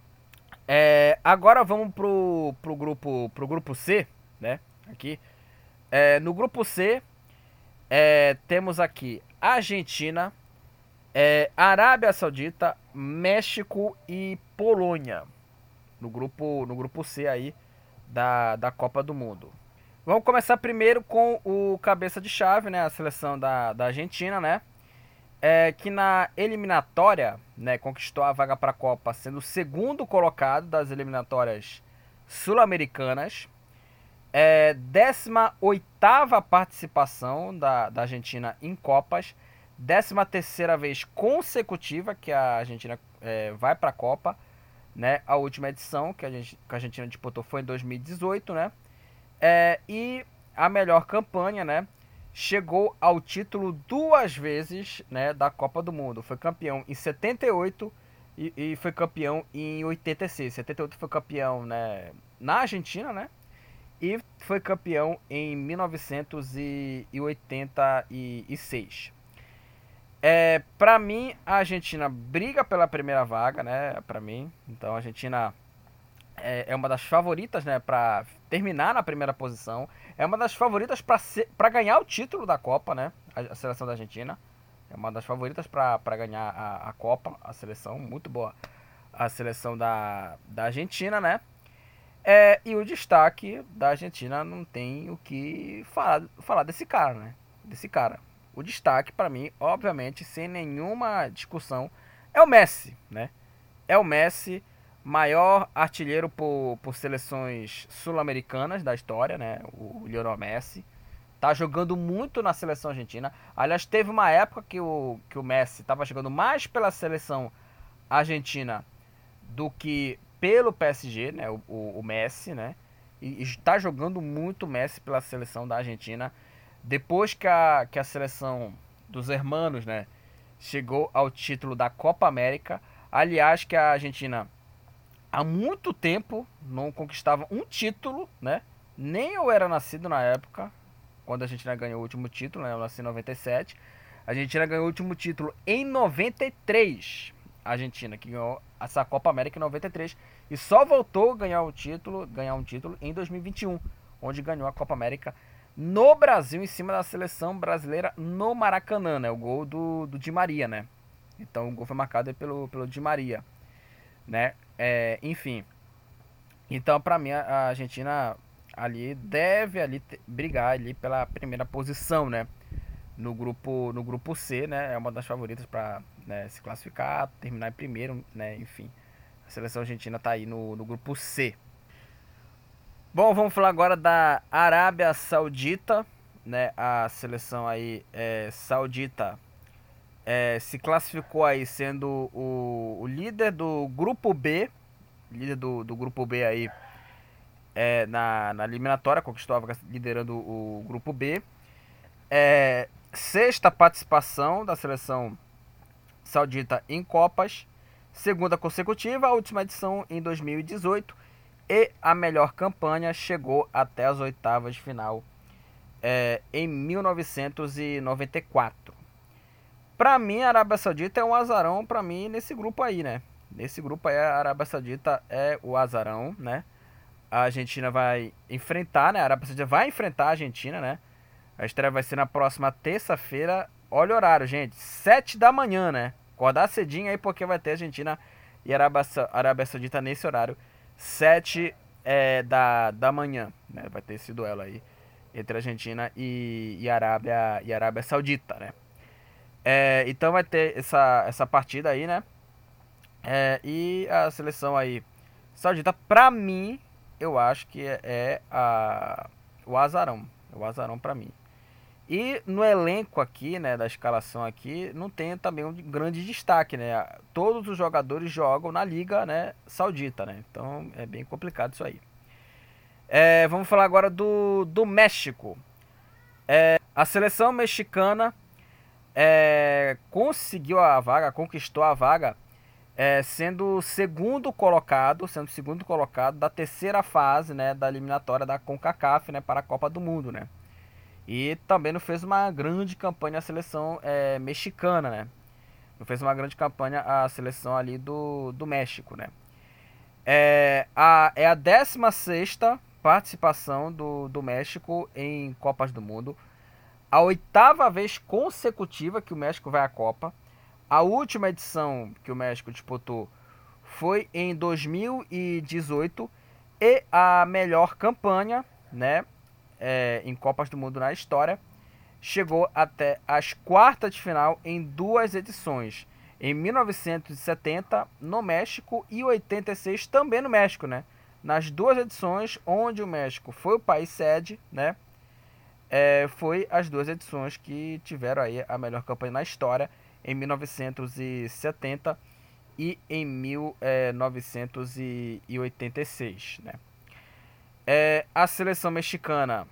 É, agora vamos pro, pro, grupo, pro grupo C, né? Aqui. É, no grupo C, é, temos aqui Argentina, é, Arábia Saudita, México e Polônia. No grupo, no grupo C aí da, da Copa do Mundo. Vamos começar primeiro com o cabeça de chave, né? A seleção da, da Argentina, né? É, que na eliminatória, né, conquistou a vaga para a Copa, sendo o segundo colocado das eliminatórias sul-americanas. É, décima oitava participação da, da Argentina em Copas. Décima terceira vez consecutiva que a Argentina é, vai para a Copa, né? A última edição que a, gente, que a Argentina disputou foi em dois mil e dezoito, né? É, e a melhor campanha, né? Chegou ao título duas vezes, né, da Copa do Mundo. Foi campeão em setenta e oito e, e foi campeão em oitenta e seis. setenta e oito foi campeão, né, na Argentina, né? E foi campeão em mil novecentos e oitenta e seis. É, para mim, a Argentina briga pela primeira vaga, né? Para mim, então a Argentina é, é uma das favoritas, né, para terminar na primeira posição. É uma das favoritas para ganhar o título da Copa, né? A, a seleção da Argentina é uma das favoritas para ganhar a, a Copa, a seleção muito boa, a seleção da, da Argentina, né? É, e o destaque da Argentina não tem o que falar, falar desse cara, né? Desse cara. O destaque para mim, obviamente, sem nenhuma discussão, é o Messi, né? É o Messi, maior artilheiro por, por seleções sul-americanas da história, né? O Lionel Messi tá jogando muito na seleção argentina. Aliás, teve uma época que o, que o Messi estava jogando mais pela seleção argentina do que pelo P S G, né? O, o, o Messi, né? E está jogando muito Messi pela seleção da Argentina. Depois que a, que a seleção dos hermanos, né, chegou ao título da Copa América. Aliás, que a Argentina há muito tempo não conquistava um título, né? Nem eu era nascido na época, quando a Argentina ganhou o último título, né? Eu nasci em noventa e sete. A Argentina ganhou o último título em noventa e três. A Argentina que ganhou essa Copa América em noventa e três e só voltou a ganhar o título, ganhar um título em dois mil e vinte e um, onde ganhou a Copa América no Brasil, em cima da seleção brasileira no Maracanã, né? O gol do, do Di Maria, né? Então o gol foi marcado pelo, pelo Di Maria, né? É, enfim. Então, para mim, a Argentina ali deve ali brigar ali pela primeira posição, né? No grupo, no grupo C, né? É uma das favoritas para, né, se classificar, terminar em primeiro, né? Enfim, a seleção argentina tá aí no, no grupo C. Bom, vamos falar agora da Arábia Saudita, né? A seleção aí é, saudita é, se classificou aí sendo o, o líder do grupo B, líder do, do grupo B aí é, na, na eliminatória, conquistou a vaga liderando o grupo B. É, sexta participação da seleção saudita em Copas, segunda consecutiva, a última edição em dois mil e dezoito. E a melhor campanha chegou até as oitavas de final é, em mil novecentos e noventa e quatro. Para mim, a Arábia Saudita é um azarão para mim nesse grupo aí, né? Nesse grupo aí, a Arábia Saudita é o azarão, né? A Argentina vai enfrentar, né? A Arábia Saudita vai enfrentar a Argentina, né? A estreia vai ser na próxima terça-feira, olha o horário, gente, sete da manhã, né? Acordar cedinho aí, porque vai ter Argentina e Arábia, Arábia Saudita nesse horário, sete é, da, da manhã, né? Vai ter esse duelo aí entre Argentina e, e, Arábia, e Arábia Saudita, né? É, então vai ter essa, essa partida aí, né? É, e a seleção aí saudita, pra mim, eu acho que é, é a, o azarão. O azarão pra mim. E no elenco aqui, né, da escalação aqui, não tem também um grande destaque, né? Todos os jogadores jogam na liga, né, saudita, né? Então é bem complicado isso aí. É, vamos falar agora do, do México. É, a seleção mexicana é, conseguiu a vaga, conquistou a vaga, é, sendo segundo colocado, sendo segundo colocado da terceira fase, né, da eliminatória da CONCACAF, né, para a Copa do Mundo, né? E também não fez uma grande campanha a seleção é, mexicana, né? Não fez uma grande campanha a seleção ali do, do México, né? É a, é a décima sexta participação do, do México em Copas do Mundo. A oitava vez consecutiva que o México vai à Copa. A última edição que o México disputou foi em dois mil e dezoito. E a melhor campanha, né, é, em Copas do Mundo na história, chegou até as quartas de final em duas edições. Em mil novecentos e setenta no México e oitenta e seis também no México, né? Nas duas edições onde o México foi o país sede, né? É, foi as duas edições que tiveram aí a melhor campanha na história, em mil novecentos e setenta e em mil novecentos e oitenta e seis, né? É, a seleção mexicana,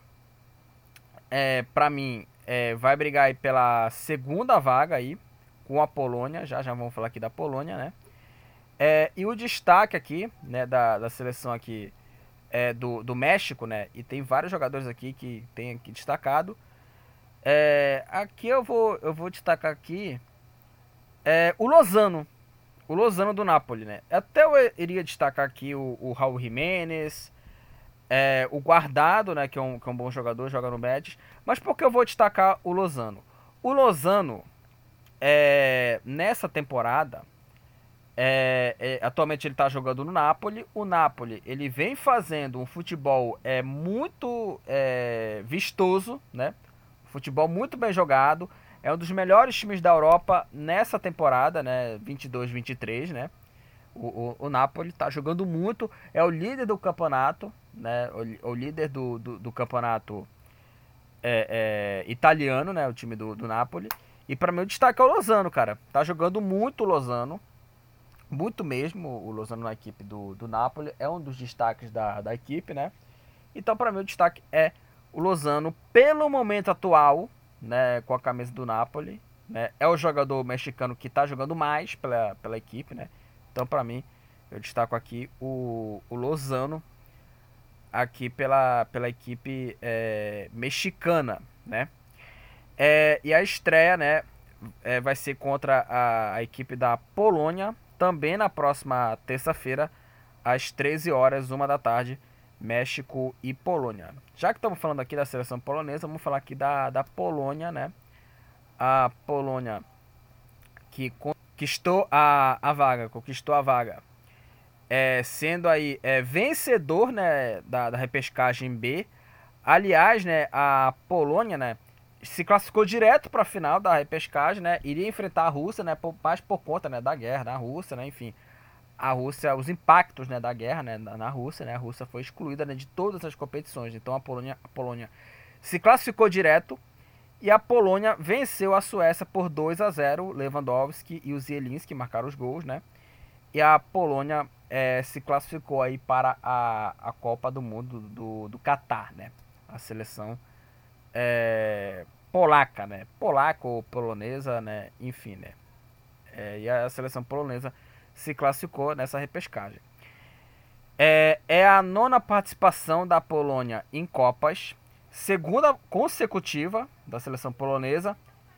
é, para mim, é, vai brigar aí pela segunda vaga aí, com a Polônia, já já vamos falar aqui da Polônia, né? É, e o destaque aqui, né, da, da seleção aqui é, do, do México, né? E tem vários jogadores aqui que tem aqui destacado. É, aqui eu vou, eu vou destacar aqui é, o Lozano, o Lozano do Napoli, né? Até eu iria destacar aqui o, o Raul Jiménez, é, o Guardado, né? Que é, um, que é um bom jogador, joga no Betis. Mas por que eu vou destacar o Lozano? O Lozano, é, nessa temporada, é, é, atualmente ele está jogando no Napoli. O Napoli, ele vem fazendo um futebol é, muito é, vistoso, né? Futebol muito bem jogado. É um dos melhores times da Europa nessa temporada, né? vinte e dois, vinte e três, né? O, o, o Napoli está jogando muito. É o líder do campeonato, né? O, o líder do, do, do campeonato é, é, italiano, né? O time do, do Napoli. E para mim o destaque é o Lozano, cara. Tá jogando muito o Lozano. Muito mesmo o Lozano na equipe do, do Napoli. É um dos destaques da, da equipe, né? Então para mim o destaque é o Lozano pelo momento atual, né? Com a camisa do Napoli, né? É o jogador mexicano que tá jogando mais pela, pela equipe, né? Então para mim eu destaco aqui o, o Lozano aqui pela, pela equipe é, mexicana, né? É, e a estreia, né, é, vai ser contra a, a equipe da Polônia, também na próxima terça-feira, às treze horas, uma da tarde, México e Polônia. Já que estamos falando aqui da seleção polonesa, vamos falar aqui da, da Polônia, né? A Polônia que conquistou a, a vaga, conquistou a vaga, é, sendo aí é, vencedor, né, da, da repescagem B. Aliás, né, a Polônia, né, se classificou direto para a final da repescagem, né? Iria enfrentar a Rússia, né? Por, mais por conta, né, da guerra na Rússia, né? Enfim, a Rússia, os impactos, né, da guerra, né, na, na Rússia, né? A Rússia foi excluída, né, de todas as competições. Então a Polônia, a Polônia se classificou direto e a Polônia venceu a Suécia por dois a zero. Lewandowski e o Zielinski marcaram os gols, né? E a Polônia é, se classificou aí para a, a Copa do Mundo do, do Catar, né? A seleção É, polaca, né? Polaca ou polonesa, né? Enfim, né? É, e a seleção polonesa se classificou nessa repescagem. É, é a nona participação da Polônia em Copas, segunda consecutiva da seleção polonesa.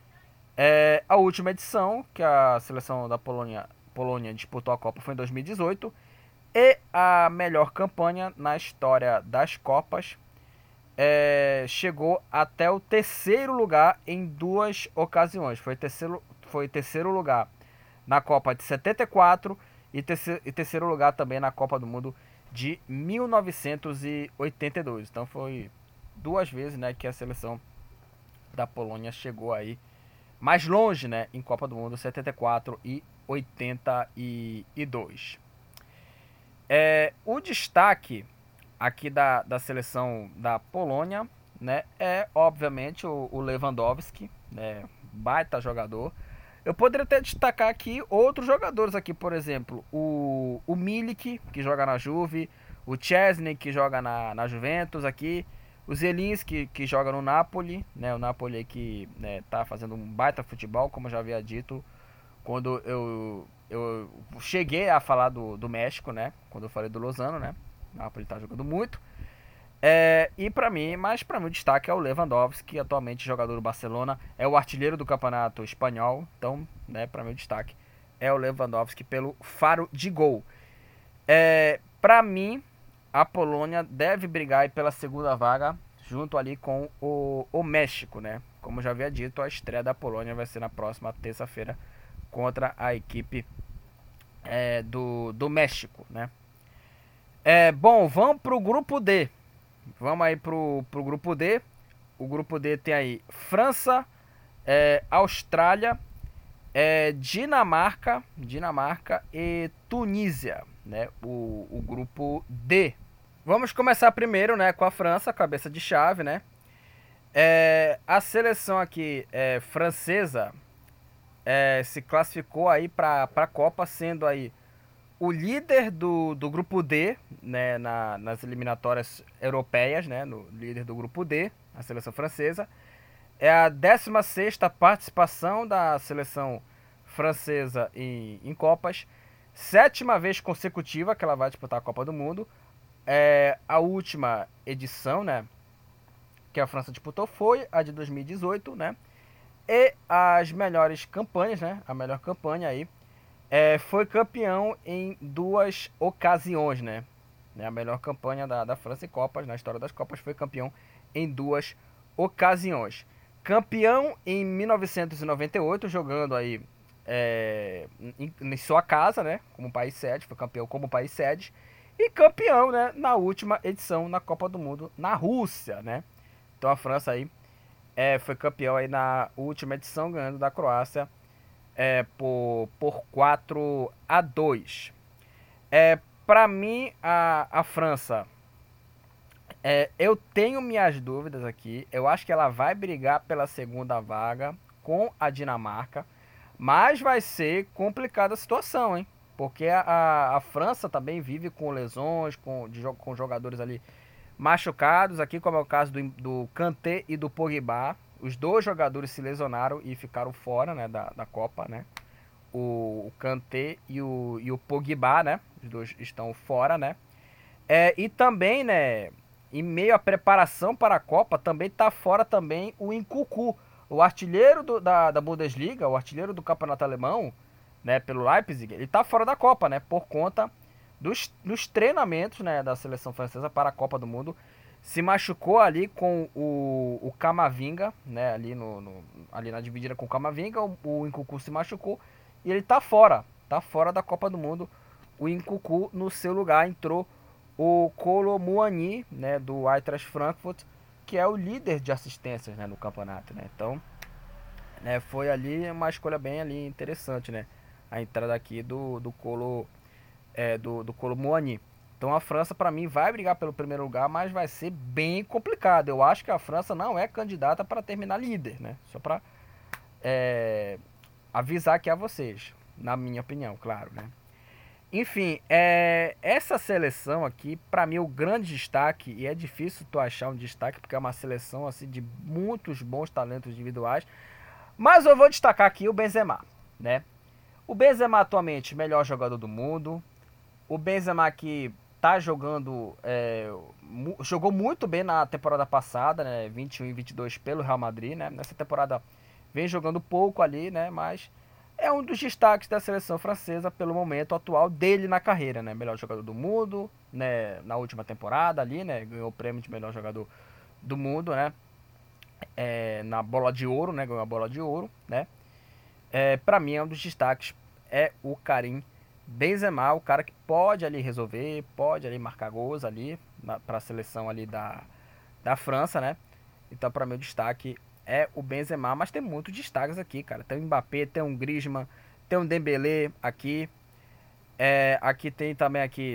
É, a última edição que a seleção da Polônia, Polônia disputou a Copa foi em dois mil e dezoito. E a melhor campanha na história das Copas é, chegou até o terceiro lugar em duas ocasiões. Foi terceiro, foi terceiro lugar na Copa de setenta e quatro e terceiro, e terceiro lugar também na Copa do Mundo de mil novecentos e oitenta e dois. Então foi duas vezes, né, que a seleção da Polônia chegou aí mais longe, né, em Copa do Mundo, setenta e quatro e oitenta e dois. É, o destaque aqui da, da seleção da Polônia, né, é obviamente o, o Lewandowski, né, baita jogador. Eu poderia até destacar aqui outros jogadores aqui, por exemplo, o, o Milik, que joga na Juve, o Szczęsny, que joga na, na Juventus aqui, o Zielinski, que joga no Napoli, né, o Napoli aí que, né, tá fazendo um baita futebol, como eu já havia dito, quando eu, eu cheguei a falar do, do México, né, quando eu falei do Lozano, né, o Napoli tá jogando muito. É, e para mim, mas para mim o destaque é o Lewandowski, que atualmente jogador do Barcelona, é o artilheiro do campeonato espanhol. Então, né, para mim o destaque é o Lewandowski pelo faro de gol. É, para mim, a Polônia deve brigar aí pela segunda vaga, junto ali com o, o México, né? Como já havia dito, a estreia da Polônia vai ser na próxima terça-feira contra a equipe é, do, do México, né? É, bom, vamos pro grupo D. Vamos aí pro, pro grupo D. O grupo D tem aí França, é, Austrália, é, Dinamarca, Dinamarca e Tunísia, né? O, o grupo D. Vamos começar primeiro, né, com a França, cabeça de chave, né? É, a seleção aqui é, francesa é, se classificou aí para a Copa, sendo aí o líder do, do grupo D, né, na, nas eliminatórias europeias, né, no líder do grupo D, a seleção francesa. É a décima sexta participação da seleção francesa em, em Copas. Sétima vez consecutiva que ela vai disputar a Copa do Mundo. É, a última edição, né, que a França disputou foi a de dois mil e dezoito, né? E as melhores campanhas, né? A melhor campanha aí é, foi campeão em duas ocasiões, né? A melhor campanha da, da França em Copas, na história das Copas, foi campeão em duas ocasiões. Campeão em mil novecentos e noventa e oito, jogando aí é, em, em sua casa, né? Como país sede, foi campeão como país sede. E campeão, né, na última edição na Copa do Mundo na Rússia, né? Então a França aí é, foi campeão aí na última edição, ganhando da Croácia é, por, por quatro a dois. É, para mim, a, a França, é, eu tenho minhas dúvidas aqui. Eu acho que ela vai brigar pela segunda vaga com a Dinamarca, mas vai ser complicada a situação, hein? Porque a, a, a França também vive com lesões, com, de, com jogadores ali machucados, aqui como é o caso do, do Kanté e do Pogba. Os dois jogadores se lesionaram e ficaram fora, né, da, da Copa, né? O, o Kanté e o, e o Pogba, né? Os dois estão fora, né? É, e também, né, em meio à preparação para a Copa, também está fora também o Nkunku, o artilheiro do, da, da Bundesliga, o artilheiro do campeonato alemão, né, pelo Leipzig. Ele está fora da Copa, né, por conta dos, dos treinamentos, né, da seleção francesa para a Copa do Mundo. Se machucou ali com o, o Camavinga, né, ali, no, no, ali na dividida com o Camavinga, o, o Nkunku se machucou e ele está fora, está fora da Copa do Mundo. O Nkunku, no seu lugar, entrou o Kolo Muani, né, do Eintracht Frankfurt, que é o líder de assistências, né, no campeonato, né. Então, né, foi ali uma escolha bem ali interessante, né, a entrada aqui do, do Kolo é, do, do Kolo Muani. Então a França, para mim, vai brigar pelo primeiro lugar, mas vai ser bem complicado. Eu acho que a França não é candidata para terminar líder, né? Só para é, avisar aqui a vocês, na minha opinião, claro, né? Enfim, é, essa seleção aqui, para mim, o grande destaque, e é difícil tu achar um destaque, porque é uma seleção assim de muitos bons talentos individuais, mas eu vou destacar aqui o Benzema, né? O Benzema atualmente, melhor jogador do mundo. O Benzema que tá jogando, é, jogou muito bem na temporada passada, né, vinte e um e vinte e dois pelo Real Madrid, né, nessa temporada vem jogando pouco ali, né, mas é um dos destaques da seleção francesa pelo momento atual dele na carreira, né, melhor jogador do mundo, né, na última temporada ali, né, ganhou o prêmio de melhor jogador do mundo, né? É, na bola de ouro, né? Ganhou a bola de ouro, né? É, para mim é um dos destaques é o Karim Benzema, o cara que pode ali resolver, pode ali marcar gols ali para a seleção ali da, da França, né? Então para mim o destaque é o Benzema, mas tem muitos destaques aqui, cara. Tem o Mbappé, tem um Griezmann, tem um Dembélé aqui. É, aqui tem também aqui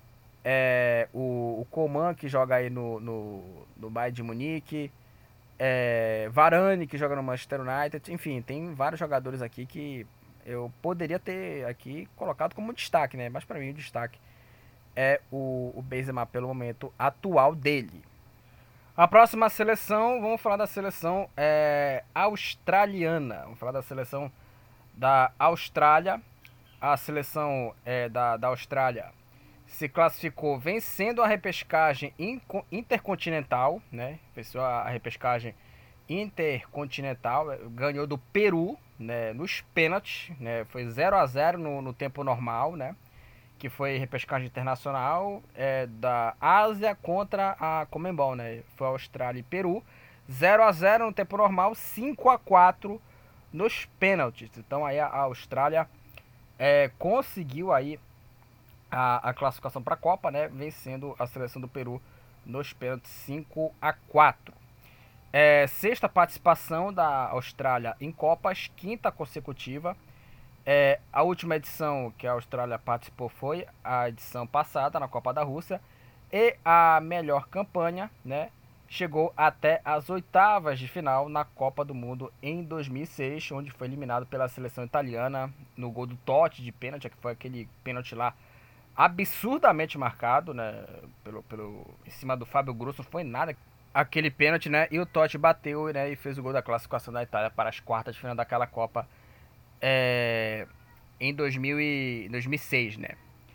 é, o, o Coman, que joga aí no, no, no Bayern de Munique. É, Varane, que joga no Manchester United. Enfim, tem vários jogadores aqui que eu poderia ter aqui colocado como destaque, né? Mas para mim o destaque é o, o Benzema pelo momento atual dele. A próxima seleção, vamos falar da seleção é, australiana. Vamos falar da seleção da Austrália. A seleção é, da, da Austrália se classificou vencendo a repescagem intercontinental, né? Venceu a repescagem intercontinental, ganhou do Peru, né? Nos pênaltis, né? Foi zero a zero no, no tempo normal, né? Que foi repescagem internacional é, da Ásia contra a Conmebol, né? Foi Austrália e Peru, zero a zero no tempo normal, cinco a quatro nos pênaltis. Então aí a Austrália é, conseguiu aí a, a classificação para a Copa, né? Vencendo a seleção do Peru nos pênaltis cinco a quatro. É, sexta participação da Austrália em Copas, quinta consecutiva. É, a última edição que a Austrália participou foi a edição passada, na Copa da Rússia. E a melhor campanha, né, chegou até as oitavas de final na Copa do Mundo em dois mil e seis, onde foi eliminado pela seleção italiana no gol do Totti de pênalti, que foi aquele pênalti lá absurdamente marcado, né, pelo, pelo, em cima do Fábio Grosso, não foi nada aquele pênalti, né, e o Totti bateu, né, e fez o gol da classificação da Itália para as quartas de final daquela Copa é, em dois mil e seis, né.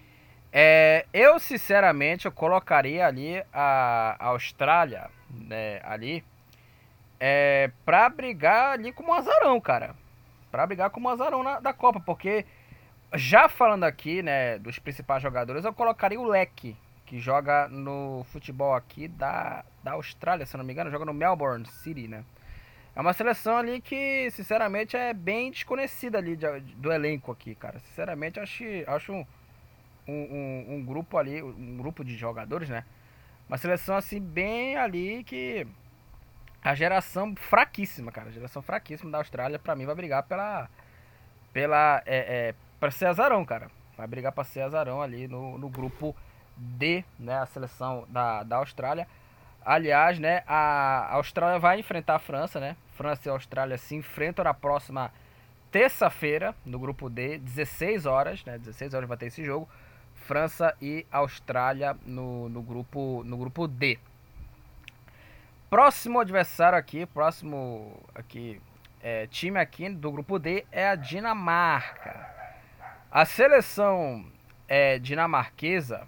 É, eu sinceramente eu colocaria ali a, a Austrália, né, ali é, pra brigar ali como um azarão, cara, pra brigar como um azarão na, da Copa, porque já falando aqui, né, dos principais jogadores, eu colocaria o Leque, que joga no futebol aqui da, da Austrália, se não me engano, joga no Melbourne City, né. É uma seleção ali que, sinceramente, é bem desconhecida ali de, do elenco aqui, cara. Sinceramente, acho, acho um, um, um, um grupo ali, um grupo de jogadores, né. Uma seleção, assim, bem ali que... A geração fraquíssima, cara. A geração fraquíssima da Austrália, pra mim, vai brigar pela... Pela... É, é, pra ser azarão, cara. Vai brigar pra ser azarão ali no, no grupo D, né? A seleção da, da Austrália. Aliás, né? A Austrália vai enfrentar a França, né? França e Austrália se enfrentam na próxima terça-feira, no grupo D, dezesseis horas, né? dezesseis horas vai ter esse jogo. França e Austrália no, no, grupo, no grupo D. Próximo adversário aqui, próximo aqui, é, time aqui do grupo D é a Dinamarca. A seleção é, dinamarquesa,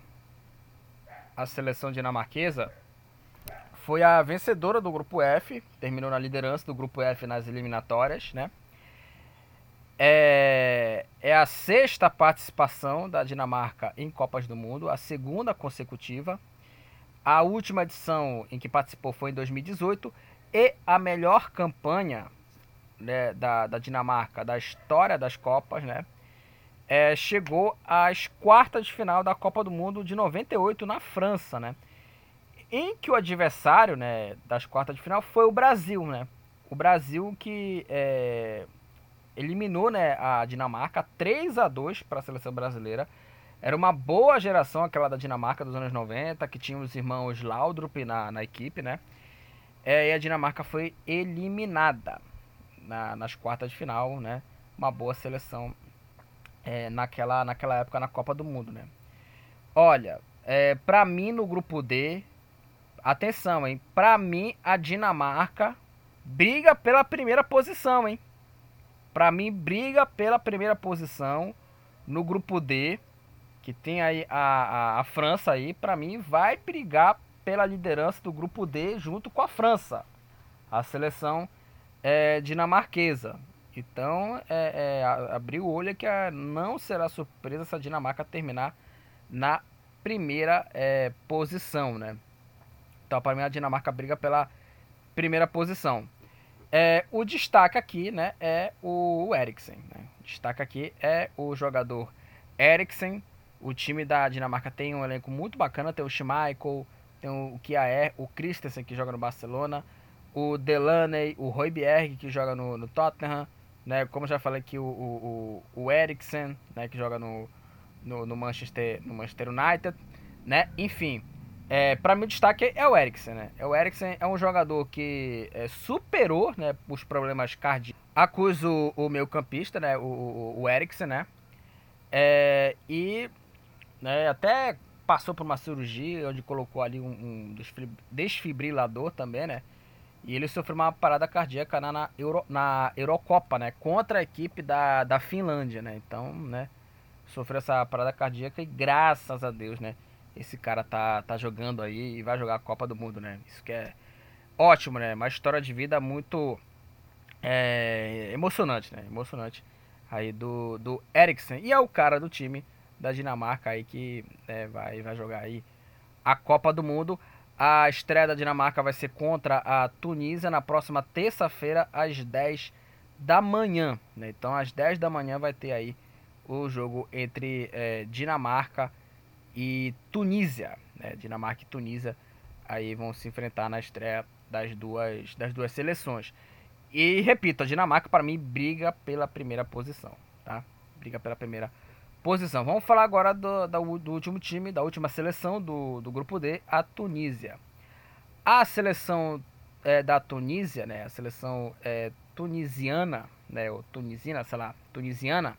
a seleção dinamarquesa foi a vencedora do grupo F, terminou na liderança do grupo F nas eliminatórias, né? É, é a sexta participação da Dinamarca em Copas do Mundo, a segunda consecutiva. A última edição em que participou foi em dois mil e dezoito e a melhor campanha, né, da, da Dinamarca da história das Copas, né, é, chegou às quartas de final da Copa do Mundo de noventa e oito na França, né, em que o adversário, né, das quartas de final foi o Brasil, né, o Brasil que é, eliminou, né, a Dinamarca três a dois para a seleção brasileira. Era uma boa geração aquela da Dinamarca dos anos noventa, que tinha os irmãos Laudrup na, na equipe, né? É, e a Dinamarca foi eliminada na, nas quartas de final, né? Uma boa seleção é, naquela, naquela época na Copa do Mundo, né? Olha, é, pra mim no grupo D, atenção, hein? Pra mim a Dinamarca briga pela primeira posição, hein? Pra mim briga pela primeira posição no grupo D, que tem aí a, a, a França aí, pra mim vai brigar pela liderança do grupo D junto com a França, a seleção é, dinamarquesa. Então, é, é, abrir o olho é que a, não será surpresa essa Dinamarca terminar na primeira é, posição, né? Então, Então, para mim, a Dinamarca briga pela primeira posição. É, o destaque aqui, né, é o Eriksen. Né? O destaque aqui é o jogador Eriksen. O time da Dinamarca tem um elenco muito bacana. Tem o Schmeichel, tem o Kjaer, o Christensen, que joga no Barcelona, o Delaney, o Højbjerg, que joga no, no Tottenham. Né? Como eu já falei aqui, o, o, o Eriksen, né, que joga no, no, no, Manchester, no Manchester United. Né? Enfim... É, para mim o destaque é o Eriksen, né? O Eriksen é um jogador que é, superou, né, os problemas cardíacos. Acuso o meio campista, né, o, o, o Eriksen, né? É, e né, até passou por uma cirurgia onde colocou ali um, um desfibrilador também, né? E ele sofreu uma parada cardíaca na, na, Euro, na Eurocopa, né? Contra a equipe da, da Finlândia, né? Então, né? Sofreu essa parada cardíaca e graças a Deus, né? Esse cara tá, tá jogando aí e vai jogar a Copa do Mundo, né? Isso que é ótimo, né? Uma história de vida muito é, emocionante, né? Emocionante aí do, do Eriksen. E é o cara do time da Dinamarca aí que é, vai, vai jogar aí a Copa do Mundo. A estreia da Dinamarca vai ser contra a Tunísia na próxima terça-feira às dez da manhã, né? Então às dez da manhã vai ter aí o jogo entre é, Dinamarca e Tunísia, né? Dinamarca e Tunísia aí vão se enfrentar na estreia das duas, das duas seleções. E repito, a Dinamarca para mim briga pela primeira posição, tá? Briga pela primeira posição. Vamos falar agora do, do, do último time, da última seleção do, do grupo D, a Tunísia. A seleção é, da Tunísia, né? A seleção é, tunisiana, né? Ou tunisina, sei lá, tunisiana,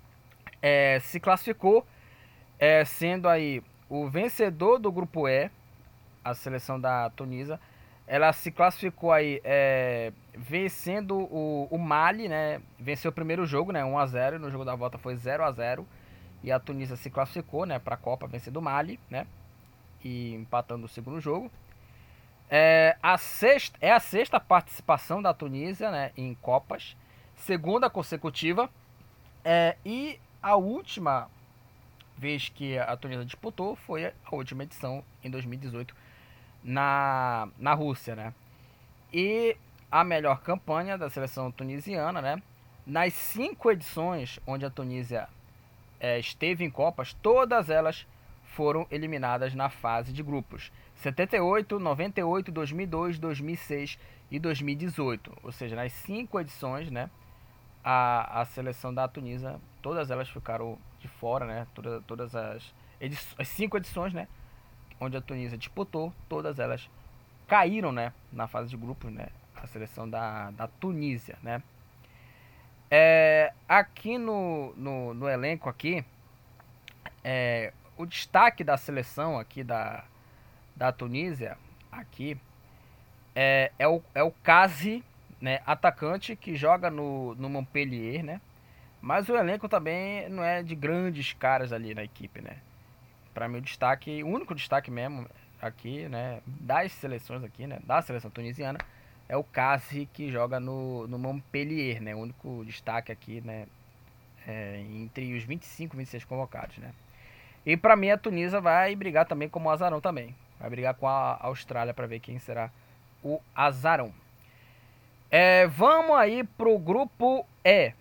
é, se classificou. É, sendo aí o vencedor do grupo E, a seleção da Tunísia, ela se classificou aí é, vencendo o, o Mali, né? Venceu o primeiro jogo, né? um a zero, no jogo da volta foi zero a zero. E a Tunísia se classificou, né, para a Copa, vencendo o Mali, né? E empatando o segundo jogo. É a sexta, é a sexta participação da Tunísia, né, em Copas, segunda consecutiva. É, e a última vez que a Tunísia disputou foi a última edição em dois mil e dezoito na, na Rússia, né? E a melhor campanha da seleção tunisiana, né? Nas cinco edições onde a Tunísia é, esteve em Copas, todas elas foram eliminadas na fase de grupos. setenta e oito, noventa e oito, dois mil e dois, dois mil e seis e dois mil e dezoito. Ou seja, nas cinco edições, né? A, a seleção da Tunísia, todas elas ficaram de fora, né? Toda, todas as, edições, as cinco edições, né? Onde a Tunísia disputou, todas elas caíram, né? Na fase de grupos, né? A seleção da, da Tunísia, né? É, aqui no, no, no elenco aqui, é, o destaque da seleção aqui da, da Tunísia, aqui, é, é o, é o Kazi, né, atacante que joga no, no Montpellier, né? Mas o elenco também não é de grandes caras ali na equipe, né? Para mim o destaque, o único destaque mesmo aqui, né, das seleções aqui, né, da seleção tunisiana, é o Kazi que joga no, no Montpellier, né? O único destaque aqui, né, é, entre os vinte e cinco, vinte e seis convocados, né? E para mim a Tunísia vai brigar também como o azarão também. Vai brigar com a Austrália para ver quem será o azarão. É, vamos aí pro grupo E.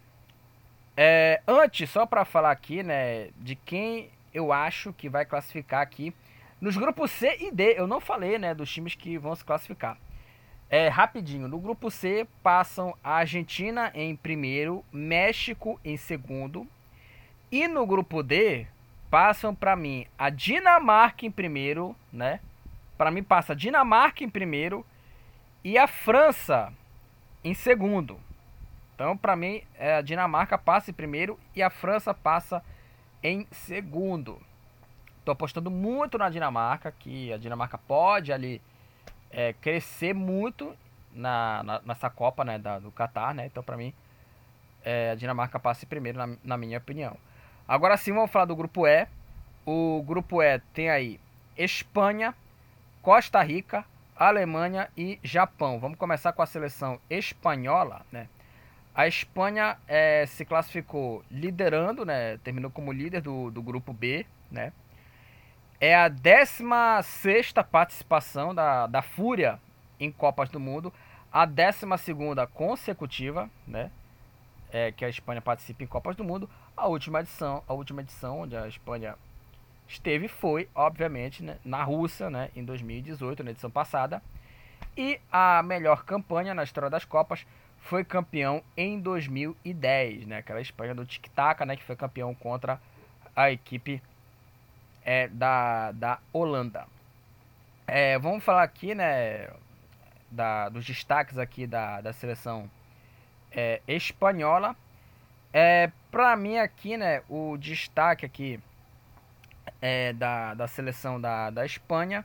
É, antes, só para falar aqui, né, de quem eu acho que vai classificar aqui nos grupos C e D. Eu não falei, né, dos times que vão se classificar. É, rapidinho, no grupo C passam a Argentina em primeiro, México em segundo. E no grupo D passam para mim a Dinamarca em primeiro, né? Para mim passa a Dinamarca em primeiro e a França em segundo. Então, para mim, a Dinamarca passa em primeiro e a França passa em segundo. Estou apostando muito na Dinamarca, que a Dinamarca pode ali é, crescer muito na, na, nessa Copa, né, da, do Catar, né? Então, para mim, é, a Dinamarca passa em primeiro, na, na minha opinião. Agora sim, vamos falar do grupo E. O grupo E tem aí Espanha, Costa Rica, Alemanha e Japão. Vamos começar com a seleção espanhola, né? A Espanha é, se classificou liderando, né? Terminou como líder do, do grupo B, né? É a décima sexta participação da, da Fúria em Copas do Mundo, a décima segunda consecutiva, né? É, que a Espanha participa em Copas do Mundo. A última edição, a última edição onde a Espanha esteve foi, obviamente, né, na Rússia, né, em dois mil e dezoito, na edição passada. E a melhor campanha na história das Copas foi campeão em dois mil e dez, né? Aquela Espanha do tic-tac, né, que foi campeão contra a equipe é, da, da Holanda. É, vamos falar aqui, né, da, dos destaques aqui da, da seleção é, espanhola. É, pra mim aqui, né, o destaque aqui é, da, da seleção da, da Espanha,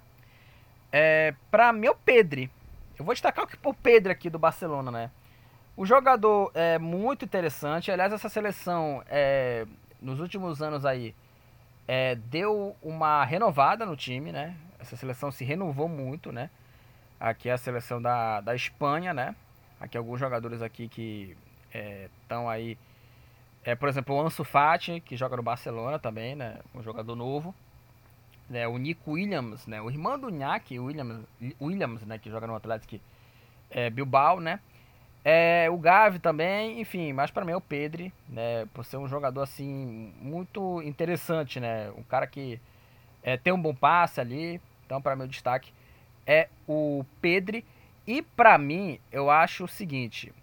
é, pra mim é o Pedri. Eu vou destacar o Pedri aqui do Barcelona, né? O jogador é muito interessante. Aliás, essa seleção é, nos últimos anos aí é, deu uma renovada no time, né? Essa seleção se renovou muito, né? Aqui é a seleção da, da Espanha, né? Aqui alguns jogadores aqui que estão é, aí. É, por exemplo, o Ansu Fati, que joga no Barcelona também, né? Um jogador novo. É, o Nico Williams, né? O irmão do Iñaki Williams, Williams, né? Que joga no Atlético é, Bilbao, né? É, o Gavi também, enfim, mas para mim é o Pedri, né? Por ser um jogador assim muito interessante, né? Um cara que é, tem um bom passe ali. Então, para mim o destaque é o Pedri. E para mim, eu acho o seguinte: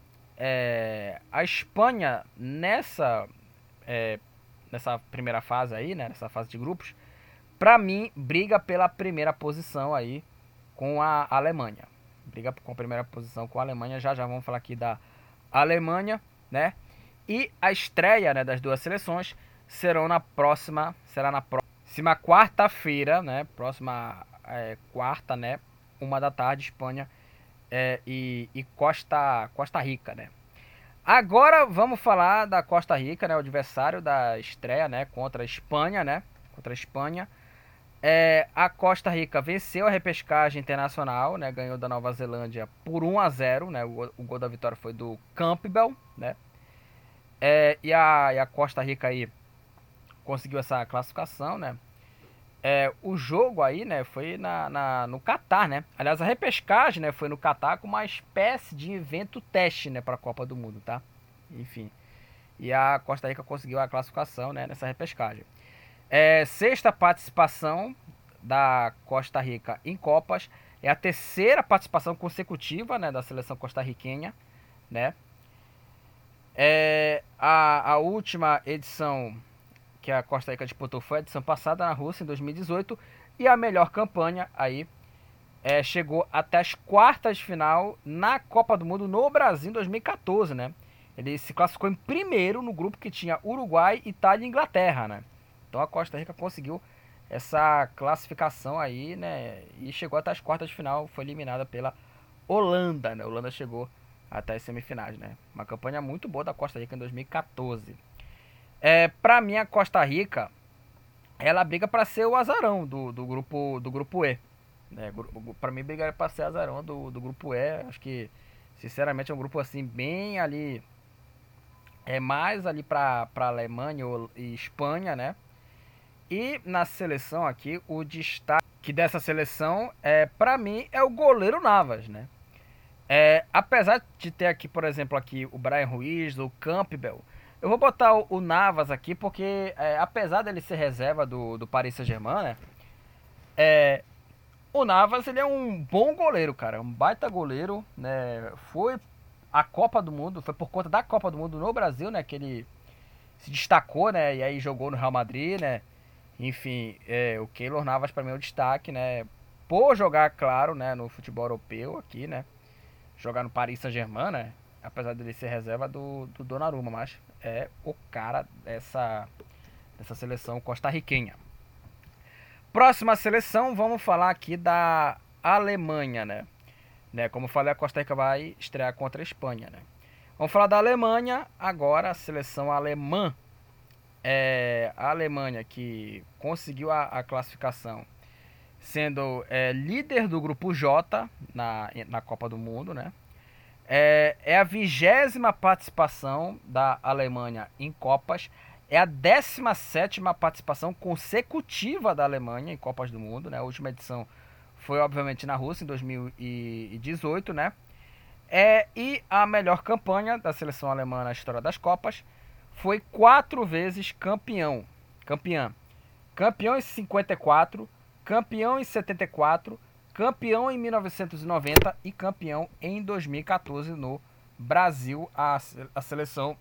é, a Espanha nessa é, nessa primeira fase aí, né? Nessa fase de grupos, para mim briga pela primeira posição aí com a Alemanha. Briga com a primeira posição com a Alemanha. Já já vamos falar aqui da Alemanha, né? E a estreia, né, das duas seleções serão na próxima, será na próxima quarta-feira, né? Próxima é, quarta, né? Uma da tarde, Espanha é, e, e Costa, Costa Rica, né? Agora vamos falar da Costa Rica, né? O adversário da estreia, né? Contra a Espanha, né? Contra a Espanha. É, a Costa Rica venceu a repescagem internacional, né? Ganhou da Nova Zelândia por um a zero, né? O, o gol da vitória foi do Campbell, né? É, e, a, e a Costa Rica aí conseguiu essa classificação, né? É, o jogo aí, né? Foi na, na, no Catar, né? Aliás, a repescagem, né? Foi no Catar com uma espécie de evento teste, né? Para a Copa do Mundo, tá? Enfim. E a Costa Rica conseguiu a classificação, né? Nessa repescagem. É, sexta participação da Costa Rica em Copas. É a terceira participação consecutiva, né, da seleção costarriquenha, né? É, a, a última edição que a Costa Rica disputou foi a edição passada na Rússia, em dois mil e dezoito. E a melhor campanha aí é, chegou até as quartas de final na Copa do Mundo no Brasil em dois mil e quatorze, né? Ele se classificou em primeiro no grupo que tinha Uruguai, Itália e Inglaterra, né? Então a Costa Rica conseguiu essa classificação aí, né? E chegou até as quartas de final, foi eliminada pela Holanda, né? A Holanda chegou até as semifinais, né? Uma campanha muito boa da Costa Rica em dois mil e quatorze. É, pra mim, a Costa Rica, ela briga para ser o azarão do, do, grupo, do grupo E. Né? Pra mim, briga para ser azarão do, do grupo E. Acho que, sinceramente, é um grupo assim, bem ali. É mais ali pra, pra Alemanha e Espanha, né? E na seleção aqui, o destaque dessa seleção, é, para mim, é o goleiro Navas, né? É, apesar de ter aqui, por exemplo, aqui o Brian Ruiz, o Campbell, eu vou botar o, o Navas aqui porque, é, apesar dele ser reserva do, do Paris Saint-Germain, né? É, o Navas, ele é um bom goleiro, cara, um baita goleiro, né? Foi a Copa do Mundo, foi por conta da Copa do Mundo no Brasil, né? Que ele se destacou, né? E aí jogou no Real Madrid, né? Enfim, é, o Keylor Navas para mim é o destaque, né? Por jogar, claro, né, no futebol europeu aqui, né? Jogar no Paris Saint-Germain, né? Apesar dele ser reserva do, do Donnarumma, mas é o cara dessa, dessa seleção costarriquenha. Próxima seleção, vamos falar aqui da Alemanha, né? né? Como eu falei, a Costa Rica vai estrear contra a Espanha, né? Vamos falar da Alemanha agora, a seleção alemã. É, a Alemanha que conseguiu a, a classificação sendo é, líder do grupo J na, na Copa do Mundo, né? É, é a vigésima participação da Alemanha em Copas, É a décima sétima participação consecutiva da Alemanha em Copas do Mundo, né? A última edição foi, obviamente, na Rússia, em dois mil e dezoito, né? É, e a melhor campanha da seleção alemã na história das Copas foi quatro vezes campeão. Campeã. Campeão em cinquenta e quatro, campeão em setenta e quatro, campeão em mil novecentos e noventa e campeão em dois mil e quatorze no Brasil, a, a seleção,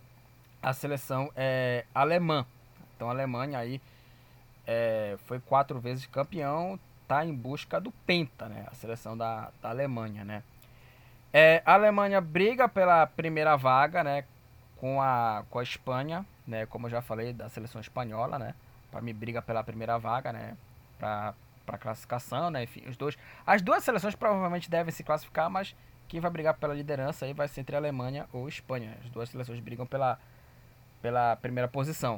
a seleção é, alemã. Então a Alemanha aí é, foi quatro vezes campeão, tá em busca do penta, né? A seleção da, da Alemanha, né? É, a Alemanha briga pela primeira vaga, né? Com a, com a Espanha, né? Como eu já falei, da seleção espanhola, né? Para mim briga pela primeira vaga, né? Para para classificação, né? Enfim, os dois, as duas seleções provavelmente devem se classificar, mas quem vai brigar pela liderança aí vai ser entre a Alemanha ou Espanha. As duas seleções brigam pela pela primeira posição.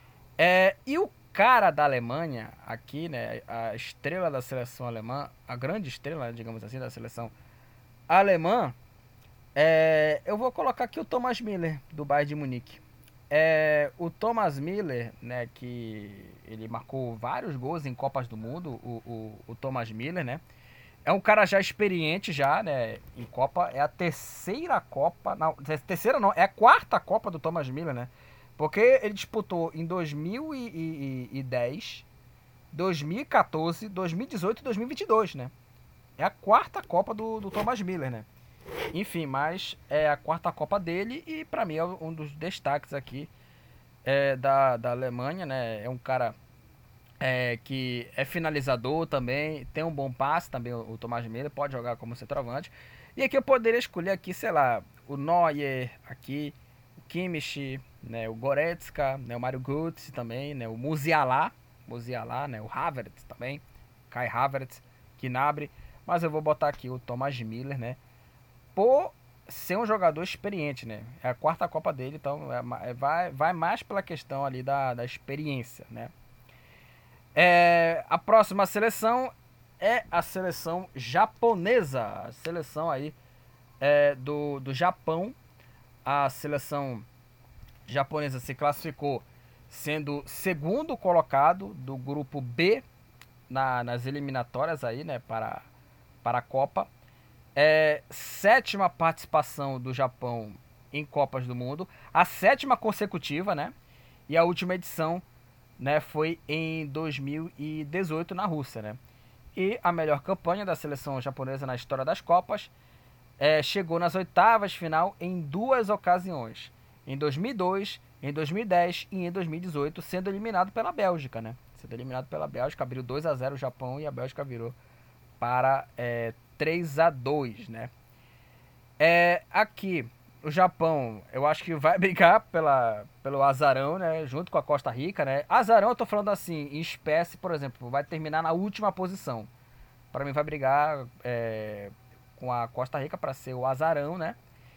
É, e o cara da Alemanha aqui, né? A estrela da seleção alemã, a grande estrela, digamos assim, da seleção alemã, é, eu vou colocar aqui o Thomas Müller do Bayern de Munique. É, o Thomas Müller, né, que ele marcou vários gols em Copas do Mundo, o, o, o Thomas Müller, né, é um cara já experiente já, né, em Copa, é a terceira Copa, não, terceira não, é a quarta Copa do Thomas Müller, né, porque ele disputou em dois mil e dez, dois mil e quatorze, dois mil e dezoito e dois mil e vinte e dois, né, é a quarta Copa do, do Thomas Müller, né. Enfim, mas é a quarta Copa dele e pra mim é um dos destaques aqui é, da, da Alemanha, né? É um cara é, que é finalizador também, tem um bom passe também, o, o Thomas Müller, pode jogar como centroavante. E aqui eu poderia escolher aqui, sei lá, o Neuer aqui, o Kimmich, né? O Goretzka, né? O Mario Götze também, né? O Musiala, Musiala, né? O Havertz também, Kai Havertz, Gnabry. Mas eu vou botar aqui o Thomas Müller, né? Por ser um jogador experiente, né? É a quarta Copa dele, então é, vai, vai mais pela questão ali da, da experiência, né? É, a próxima seleção é a seleção japonesa. A seleção aí é, do, do Japão. A seleção japonesa se classificou sendo segundo colocado do grupo B na, nas eliminatórias aí, né? Para, para a Copa. É, sétima participação do Japão em Copas do Mundo, a sétima consecutiva, né? E a última edição, né, foi em dois mil e dezoito na Rússia, né? E a melhor campanha da seleção japonesa na história das Copas é, chegou nas oitavas final em duas ocasiões, em dois mil e dois, em dois mil e dez e em dois mil e dezoito, sendo eliminado pela Bélgica, né? Sendo eliminado pela Bélgica, abriu dois a zero o Japão e a Bélgica virou para é, três a dois, né? É, aqui, o Japão, eu acho que vai brigar pela, pelo azarão, né? Junto com a Costa Rica, né? Azarão, eu tô falando assim, em espécie, por exemplo, vai terminar na última posição. Para mim, vai brigar é, com a Costa Rica para ser o azarão, né?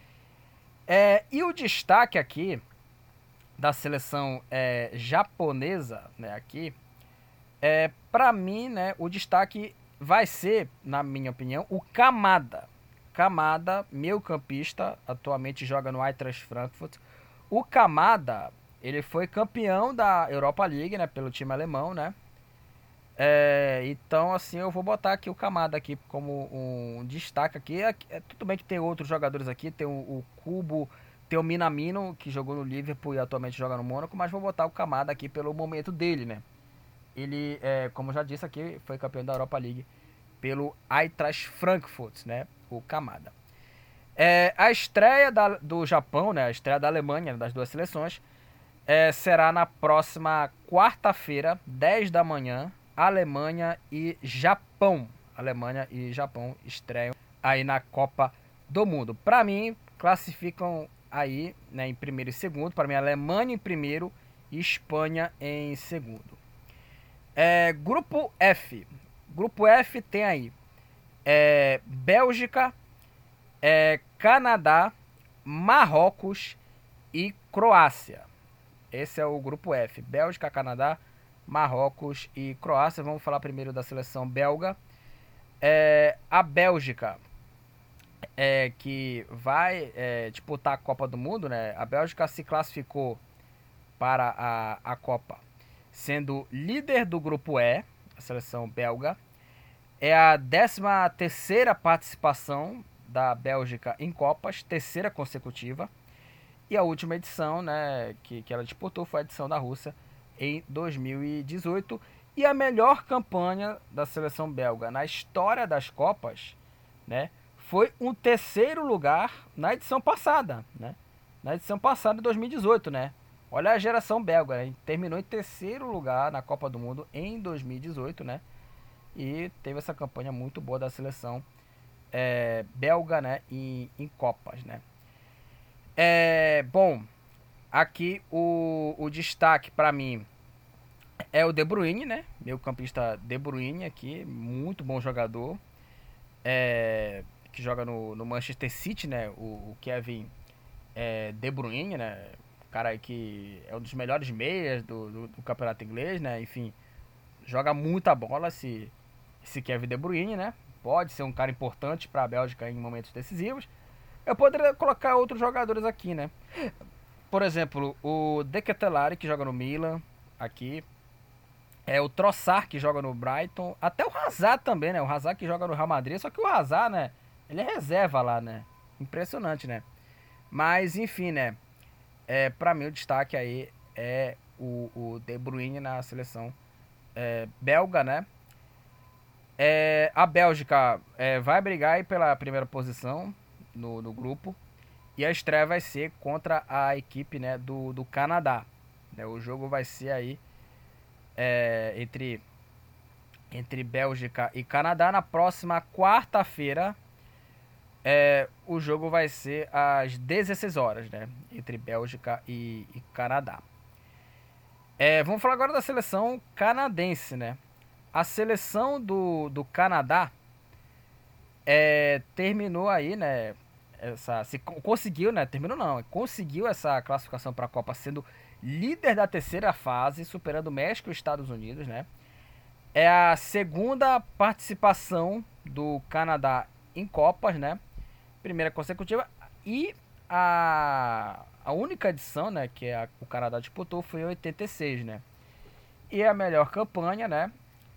É, e o destaque aqui da seleção é, japonesa, né? Aqui, é, para mim, né? O destaque vai ser, na minha opinião, o Kamada. Kamada, meio campista, atualmente joga no Eintracht Frankfurt. O Kamada, ele foi campeão da Europa League, né, pelo time alemão, né? É, então, assim, eu vou botar aqui o Kamada aqui como um destaque aqui. É, é, tudo bem que tem outros jogadores aqui, tem o, o Kubo, tem o Minamino, que jogou no Liverpool e atualmente joga no Mônaco, mas vou botar o Kamada aqui pelo momento dele, né? Ele, é, como eu já disse aqui, foi campeão da Europa League pelo Eintracht Frankfurt, né? O Kamada. É, a estreia da, do Japão, né? A estreia da Alemanha, das duas seleções, é, será na próxima quarta-feira, dez da manhã. Alemanha e Japão. Alemanha e Japão estreiam aí na Copa do Mundo. Para mim, classificam aí, né, em primeiro e segundo. Para mim, Alemanha em primeiro e Espanha em segundo. É, grupo F. Grupo F tem aí é, Bélgica, é, Canadá, Marrocos e Croácia. Esse é o grupo F. Bélgica, Canadá, Marrocos e Croácia. Vamos falar primeiro da seleção belga. É, a Bélgica, é, que vai é, disputar a Copa do Mundo, né? A Bélgica se classificou para a, a Copa, sendo líder do grupo E, a seleção belga. É a décima terceira participação da Bélgica em Copas, terceira consecutiva. E a última edição, né, que, que ela disputou foi a edição da Rússia em dois mil e dezoito. E a melhor campanha da seleção belga na história das Copas, né, foi um terceiro lugar na edição passada, né? Na edição passada de dois mil e dezoito, né? Olha a geração belga, né? Terminou em terceiro lugar na Copa do Mundo em dois mil e dezoito, né? E teve essa campanha muito boa da seleção é, belga, né? Em, em Copas, né? É, bom, aqui o, o destaque para mim é o De Bruyne, né? Meu campista De Bruyne aqui, muito bom jogador. É, que joga no, no Manchester City, né? O, o Kevin é, De Bruyne, né? O cara aí que é um dos melhores meias do, do, do campeonato inglês, né? Enfim, joga muita bola esse, esse Kevin De Bruyne, né? Pode ser um cara importante para a Bélgica em momentos decisivos. Eu poderia colocar outros jogadores aqui, né? Por exemplo, o De Ketelaere, que joga no Milan, aqui. É o Trossard, que joga no Brighton. Até o Hazard também, né? O Hazard que joga no Real Madrid. Só que o Hazard, né? Ele é reserva lá, né? Impressionante, né? Mas, enfim, né? É, pra mim, o destaque aí é o, o De Bruyne na seleção é, belga, né? É, a Bélgica é, vai brigar aí pela primeira posição no, no grupo. E a estreia vai ser contra a equipe, né, do, do Canadá. Né? O jogo vai ser aí é, entre, entre Bélgica e Canadá na próxima quarta-feira. É, o jogo vai ser às dezesseis horas, né? Entre Bélgica e, e Canadá. É, vamos falar agora da seleção canadense, né? A seleção do, do Canadá é, terminou aí, né? Essa, se conseguiu, né? Terminou não, conseguiu essa classificação para a Copa sendo líder da terceira fase, superando o México e os Estados Unidos, né? É a segunda participação do Canadá em Copas, né? Primeira consecutiva. E a, a única edição, né, que a, o Canadá disputou foi em oitenta e seis, né? E a melhor campanha, né,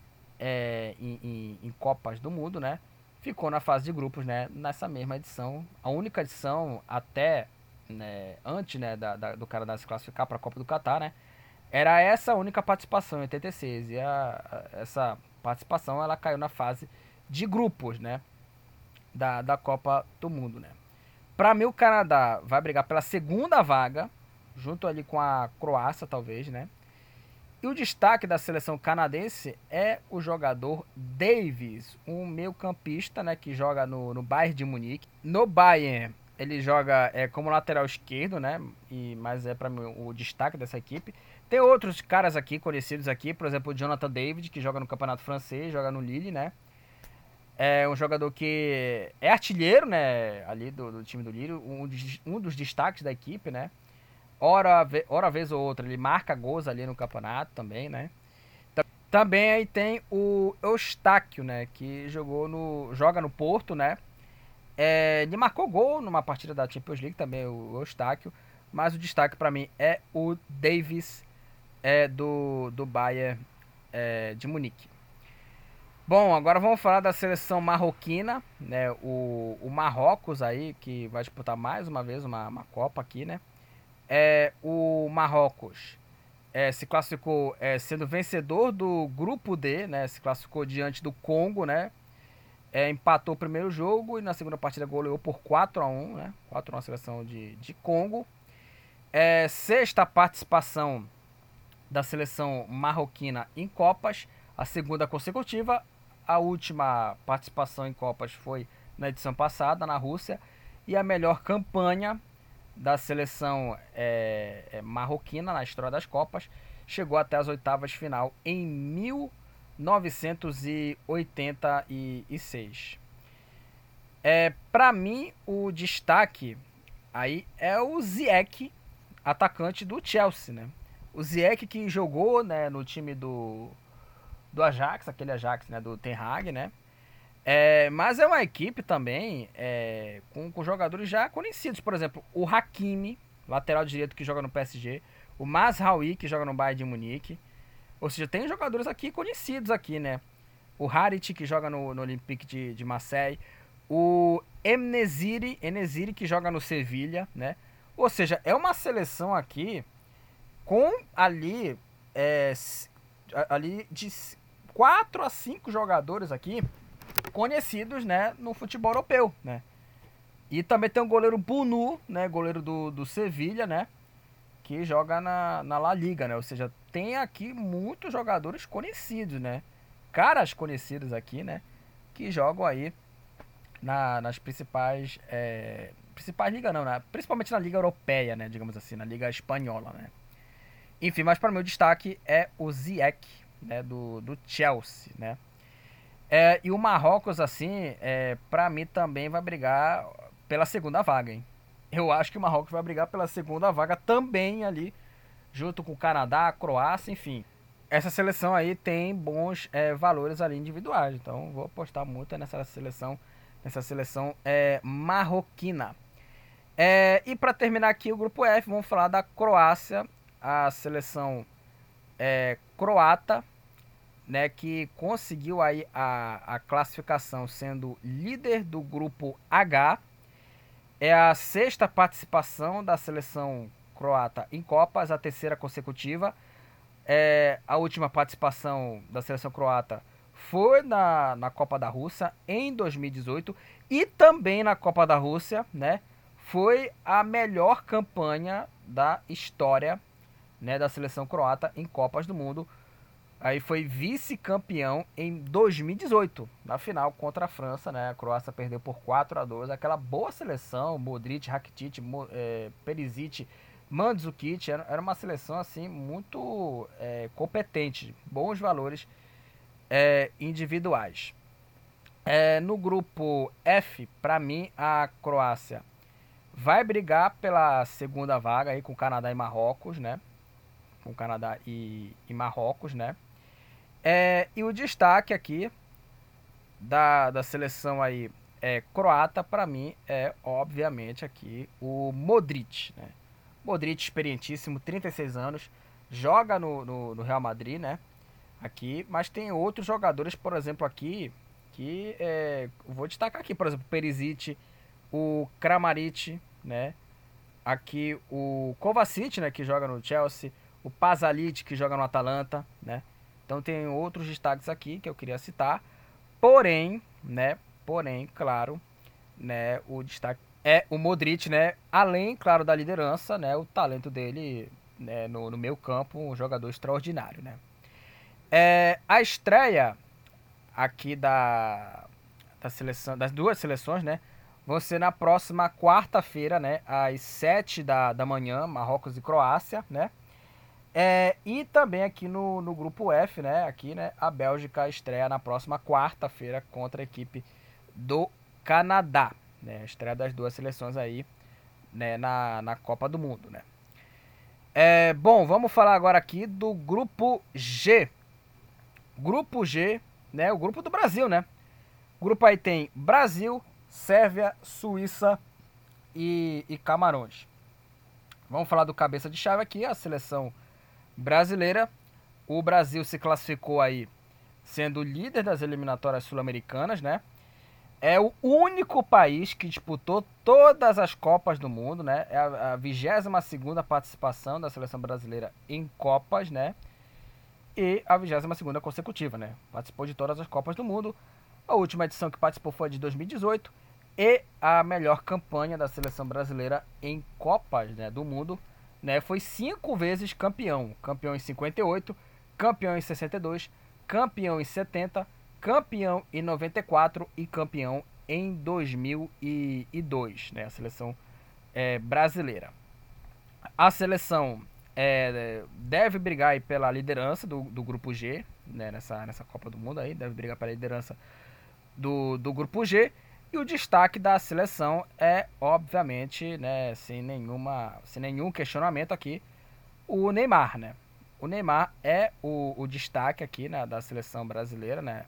é, em, em, em Copas do Mundo, né, ficou na fase de grupos, né, nessa mesma edição. A única edição até, né, antes, né, da, da, do Canadá se classificar para a Copa do Catar, né, era essa única participação em oitenta e seis. E a, a, essa participação, ela caiu na fase de grupos, né, Da, da Copa do Mundo, né? Para mim, o Canadá vai brigar pela segunda vaga, junto ali com a Croácia, talvez, né? E o destaque da seleção canadense é o jogador Davies, um meio-campista, né, que joga no, no Bayern de Munique. No Bayern, ele joga é, como lateral esquerdo, né? E, mas é para mim o destaque dessa equipe. Tem outros caras aqui, conhecidos aqui, por exemplo, o Jonathan David, que joga no Campeonato Francês, joga no Lille, né? É um jogador que é artilheiro, né, ali do, do time do Lille, um, um dos destaques da equipe, né. Ora, ora vez ou outra, ele marca gols ali no campeonato também, né. Também aí tem o Eustáquio, né, que jogou no, joga no Porto, né. É, ele marcou gol numa partida da Champions League também, o Eustáquio, mas o destaque para mim é o Davies é, do, do Bayern é, de Munique. Bom, agora vamos falar da seleção marroquina, né? O, o Marrocos aí, que vai disputar mais uma vez uma, uma Copa aqui, né? É, o Marrocos é, se classificou é, sendo vencedor do grupo D, né? Se classificou diante do Congo, né? É, empatou o primeiro jogo e na segunda partida goleou por quatro a um, né? quatro a um a seleção de, de Congo. É, sexta participação da seleção marroquina em Copas, a segunda consecutiva. A última participação em Copas foi na edição passada, na Rússia. E a melhor campanha da seleção é, é, marroquina na história das Copas chegou até as oitavas de final em mil novecentos e oitenta e seis. É, para mim, o destaque aí é o Ziyech, atacante do Chelsea, né? O Ziyech que jogou, né, no time do... do Ajax, aquele Ajax, né, do Ten Hag, né, é, mas é uma equipe também é, com, com jogadores já conhecidos, por exemplo, o Hakimi, lateral direito que joga no P S G, o Mazraoui, que joga no Bayern de Munique. Ou seja, tem jogadores aqui conhecidos aqui, né? O Harit, que joga no, no Olympique de, de Marseille. O Enesiri, Enesiri, que joga no Sevilha, né? Ou seja, é uma seleção aqui com ali, é, ali de quatro a cinco jogadores aqui conhecidos, né, no futebol europeu, né? E também tem o goleiro Bunu, né, goleiro do, do Sevilha, né, que joga na, na La Liga, né? Ou seja, tem aqui muitos jogadores conhecidos, né? Caras conhecidos aqui, né, que jogam aí na, nas principais, é, principais ligas não, né? Principalmente na Liga Europeia, né, digamos assim, na Liga Espanhola, né? Enfim, mas para mim o destaque é o Ziyech, né, do, do Chelsea, né? É, e o Marrocos, assim, é, para mim também vai brigar pela segunda vaga, hein? Eu acho que o Marrocos vai brigar pela segunda vaga também ali, junto com o Canadá, a Croácia, enfim. Essa seleção aí tem bons é, valores ali individuais, então vou apostar muito nessa seleção, nessa seleção é, marroquina. É, e para terminar aqui o grupo F, vamos falar da Croácia, a seleção é, croata, né, que conseguiu aí a, a classificação sendo líder do grupo H. É a sexta participação da seleção croata em Copas, a terceira consecutiva. É, a última participação da seleção croata foi na, na Copa da Rússia em dois mil e dezoito e também na Copa da Rússia, né, foi a melhor campanha da história, né, da seleção croata em Copas do Mundo. Aí foi vice-campeão em dois mil e dezoito, na final contra a França, né? A Croácia perdeu por quatro a dois. Aquela boa seleção, Modric, Rakitic, é, Perisic, Mandzukic, era, era uma seleção assim muito é, competente, bons valores é, individuais. É, no grupo F, para mim, a Croácia vai brigar pela segunda vaga aí com Canadá e Marrocos, né? Com Canadá e, e Marrocos, né? É, e o destaque aqui da, da seleção aí é, croata, para mim, é obviamente aqui o Modric, né? Modric, experientíssimo, trinta e seis anos, joga no, no, no Real Madrid, né? Aqui, mas tem outros jogadores, por exemplo, aqui, que é, vou destacar aqui, por exemplo, o Perisic, o Kramaric, né? Aqui o Kovacic, né, que joga no Chelsea, o Pasalic, que joga no Atalanta, né? Então tem outros destaques aqui que eu queria citar. Porém, né? Porém, claro, né? O destaque é o Modric, né? Além, claro, da liderança, né? O talento dele, né, no, no meio campo, um jogador extraordinário, né? É, a estreia aqui da, da seleção, das duas seleções, né? Vão ser na próxima quarta-feira, né? Às sete da, da manhã, Marrocos e Croácia, né? É, e também aqui no, no grupo F, né, aqui, né, a Bélgica estreia na próxima quarta-feira contra a equipe do Canadá, né, a estreia das duas seleções aí, né, na, na Copa do Mundo, né. É, bom, vamos falar agora aqui do grupo G. Grupo G, né, o grupo do Brasil, né. O grupo aí tem Brasil, Sérvia, Suíça e, e Camarões. Vamos falar do cabeça de chave aqui, a seleção brasileira. O Brasil se classificou aí sendo líder das eliminatórias sul-americanas, né? É o único país que disputou todas as Copas do Mundo, né? É a vigésima segunda participação da seleção brasileira em Copas, né? E a vigésima segunda consecutiva, né? Participou de todas as Copas do Mundo. A última edição que participou foi a de dois mil e dezoito. E a melhor campanha da seleção brasileira em Copas, né, do Mundo, né, foi cinco vezes campeão. Campeão em cinquenta e oito, campeão em sessenta e dois, campeão em setenta, campeão em noventa e quatro e campeão em dois mil e dois, né, a seleção é, brasileira. A seleção é, deve brigar aí pela liderança do, do grupo G, né, nessa, nessa Copa do Mundo aí, deve brigar pela liderança do, do grupo G. E o destaque da seleção é, obviamente, né, sem, nenhuma, sem nenhum questionamento aqui, o Neymar, né? O Neymar é o, o destaque aqui, né, da seleção brasileira, né?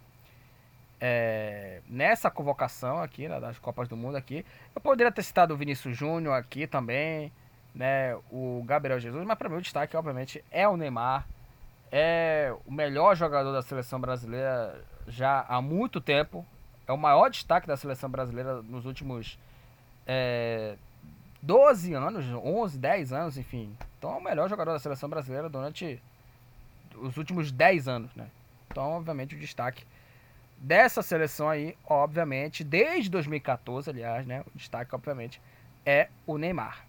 É, nessa convocação aqui, né, das Copas do Mundo aqui. Eu poderia ter citado o Vinícius Júnior aqui também, né, o Gabriel Jesus, mas para mim o destaque, obviamente, é o Neymar. É o melhor jogador da seleção brasileira já há muito tempo. É o maior destaque da seleção brasileira nos últimos é, doze anos, onze, dez anos, enfim. Então é o melhor jogador da seleção brasileira durante os últimos dez anos, né? Então, obviamente, o destaque dessa seleção aí, obviamente, desde dois mil e quatorze, aliás, né? O destaque, obviamente, é o Neymar.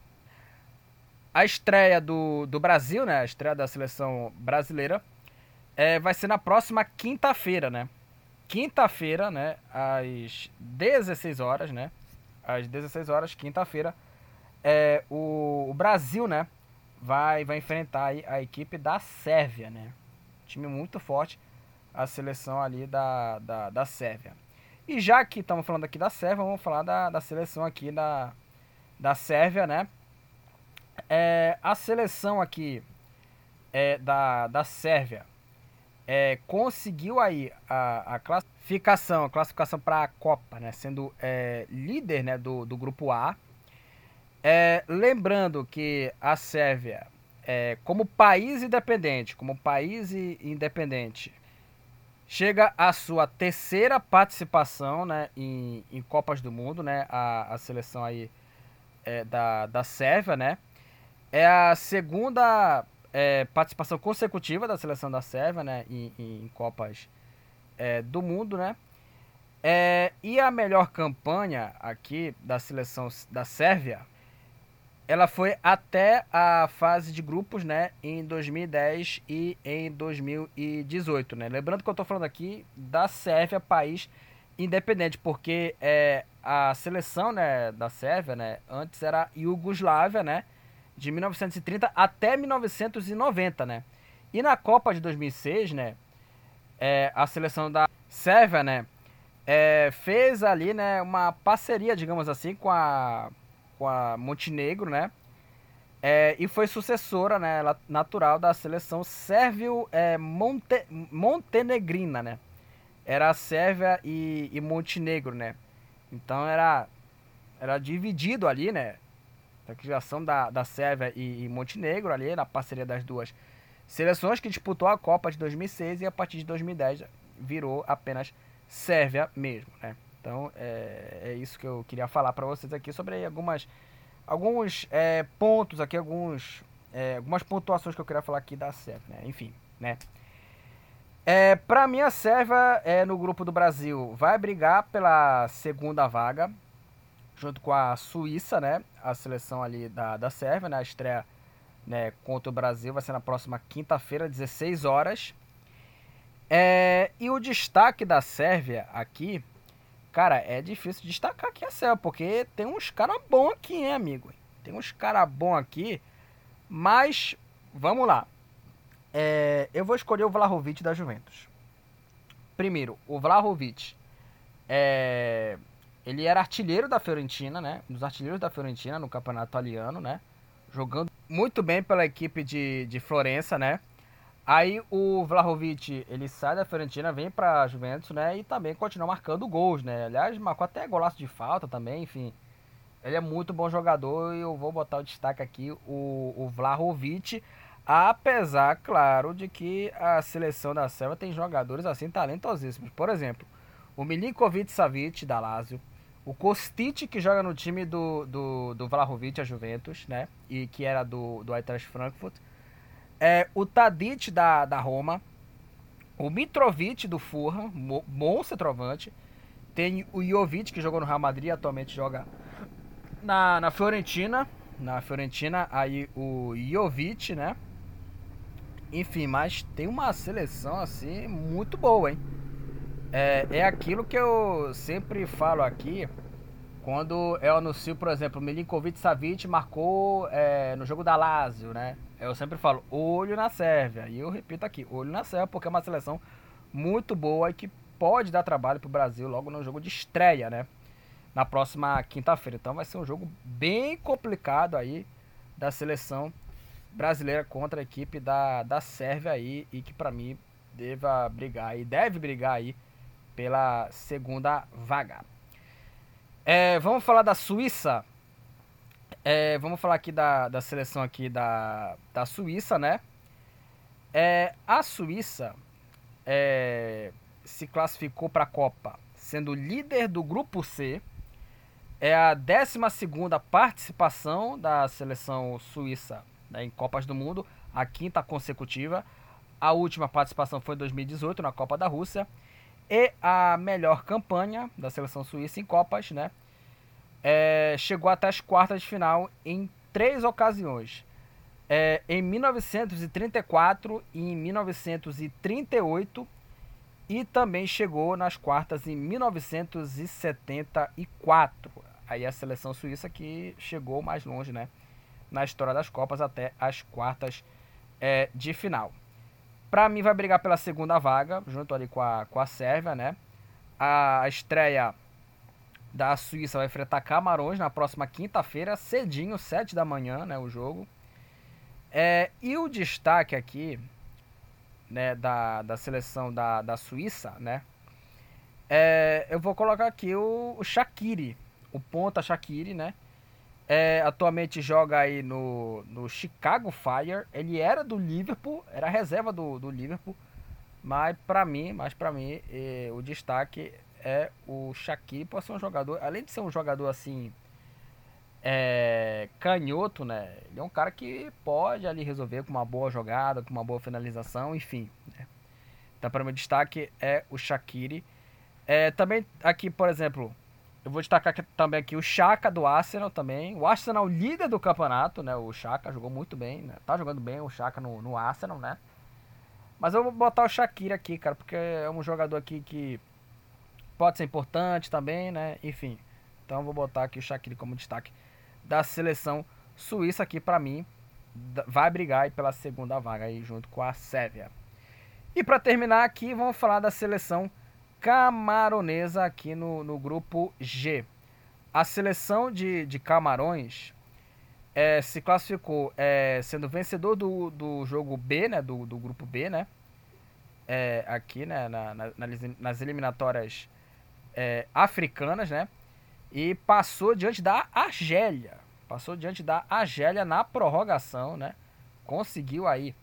A estreia do, do Brasil, né? A estreia da seleção brasileira é, vai ser na próxima quinta-feira, né? Quinta-feira, né? Às dezesseis horas, né? Às dezesseis horas, quinta-feira, é, o, o Brasil, né? Vai, vai enfrentar aí a equipe da Sérvia, né? Time muito forte, a seleção ali da, da, da Sérvia. E já que estamos falando aqui da Sérvia, vamos falar da, da seleção aqui da, da Sérvia, né? É, a seleção aqui é, da, da Sérvia é, conseguiu aí a, a classificação, a classificação para a Copa, né? Sendo é, líder, né, do, do grupo A. É, lembrando que a Sérvia, é, como país independente, como país independente, chega à sua terceira participação, né, em, em Copas do Mundo, né? A, a seleção aí é, da, da Sérvia, né? É a segunda é, participação consecutiva da seleção da Sérvia, né, em, em Copas é, do Mundo, né? É, e a melhor campanha aqui da seleção da Sérvia, ela foi até a fase de grupos, né, em dois mil e dez e em dois mil e dezoito, né? Lembrando que eu estou falando aqui da Sérvia, país independente, porque é, a seleção, né, da Sérvia, né, antes era Iugoslávia, né? De mil novecentos e trinta até mil novecentos e noventa, né? E na Copa de dois mil e seis, né? É, a seleção da Sérvia, né? É, fez ali, né? Uma parceria, digamos assim, com a, com a Montenegro, né? É, e foi sucessora, né? Natural da seleção sérvio é, Monte, montenegrina, né? Era a Sérvia e, e Montenegro, né? Então era, era dividido ali, né? A criação da, da Sérvia e, e Montenegro ali, na parceria das duas seleções, que disputou a Copa de dois mil e seis e a partir de dois mil e dez virou apenas Sérvia mesmo, né? Então é, é isso que eu queria falar para vocês aqui sobre algumas alguns é, pontos aqui, alguns é, algumas pontuações que eu queria falar aqui da Sérvia, né? Enfim, né? É, para mim a Sérvia é, no grupo do Brasil vai brigar pela segunda vaga, junto com a Suíça, né? A seleção ali da, da Sérvia, né? A estreia, né, contra o Brasil vai ser na próxima quinta-feira, dezesseis horas. É, e o destaque da Sérvia aqui, cara, é difícil destacar aqui a Sérvia, porque tem uns caras bons aqui, hein, amigo? Tem uns caras bons aqui, mas vamos lá. É, eu vou escolher o Vlahovic da Juventus. Primeiro, o Vlahovic é... ele era artilheiro da Fiorentina, né? Um dos artilheiros da Fiorentina no campeonato italiano, né? Jogando muito bem pela equipe de, de Florença, né? Aí o Vlahovic, ele sai da Fiorentina, vem pra Juventus, né? E também continua marcando gols, né? Aliás, marcou até golaço de falta também, enfim. Ele é muito bom jogador e eu vou botar o destaque aqui, o, o Vlahovic. Apesar, claro, de que a seleção da Sérvia tem jogadores assim talentosíssimos. Por exemplo, o Milinkovic Savic da Lazio, o Kostic, que joga no time do, do, do Vlahovic, a Juventus, né? E que era do, do Eintracht Frankfurt. É, o Tadic da, da Roma, o Mitrovic do Fulham, bom centroavante. Tem o Jovic, que jogou no Real Madrid, atualmente joga na, na Fiorentina. Na Fiorentina, aí o Jovic, né? Enfim, mas tem uma seleção assim muito boa, hein? É, é aquilo que eu sempre falo aqui, quando eu anuncio, por exemplo, o Milinkovic Savic marcou é, no jogo da Lazio, né? Eu sempre falo, olho na Sérvia. E eu repito aqui, olho na Sérvia, porque é uma seleção muito boa e que pode dar trabalho pro Brasil logo no jogo de estreia, né? Na próxima quinta-feira. Então vai ser um jogo bem complicado aí da seleção brasileira contra a equipe da, da Sérvia aí, e que pra mim deva brigar e deve brigar aí pela segunda vaga. É, vamos falar da Suíça. É, vamos falar aqui da, da seleção aqui da, da Suíça, né? É, a Suíça é, se classificou para a Copa sendo líder do grupo C. É a décima segunda participação da seleção suíça, né, em Copas do Mundo, a quinta consecutiva. A última participação foi em dois mil e dezoito, na Copa da Rússia. E a melhor campanha da seleção suíça em Copas, né, é, chegou até as quartas de final em três ocasiões. É, em mil novecentos e trinta e quatro e em mil novecentos e trinta e oito, e também chegou nas quartas em mil novecentos e setenta e quatro. Aí a seleção suíça que chegou mais longe, né, na história das Copas, até as quartas é, de final. Para mim vai brigar pela segunda vaga, junto ali com a, com a Sérvia, né? A estreia da Suíça vai enfrentar Camarões na próxima quinta-feira, cedinho, sete da manhã, né, o jogo. É, e o destaque aqui, né, da, da seleção da, da Suíça, né? É, eu vou colocar aqui o, o Shaqiri, o ponta Shaqiri, né? É, atualmente joga aí no, no Chicago Fire. Ele era do Liverpool, era reserva do, do Liverpool, mas pra mim, mas para mim, é, o destaque é o Shaqiri, por ser um jogador, além de ser um jogador assim, é, canhoto, né? Ele é um cara que pode ali resolver com uma boa jogada, com uma boa finalização, enfim, né? Então, para mim, o destaque é o Shaqiri. É, também aqui, por exemplo, eu vou destacar aqui, também aqui o Xhaka do Arsenal também. O Arsenal líder do campeonato, né? O Xhaka jogou muito bem, né? Tá jogando bem o Xhaka no, no Arsenal, né? Mas eu vou botar o Shaqiri aqui, cara, porque é um jogador aqui que pode ser importante também, né? Enfim, então eu vou botar aqui o Shaqiri como destaque da seleção suíça aqui, pra mim, vai brigar aí pela segunda vaga aí junto com a Sérvia. E pra terminar aqui, vamos falar da seleção camaronesa aqui no, no grupo G. A seleção de, de Camarões é, se classificou é, sendo vencedor do, do jogo B, né, do, do grupo B, né, é, aqui, né, na, na, nas eliminatórias é, africanas, né, e passou diante da Argélia, passou diante da Argélia na prorrogação, né, conseguiu aí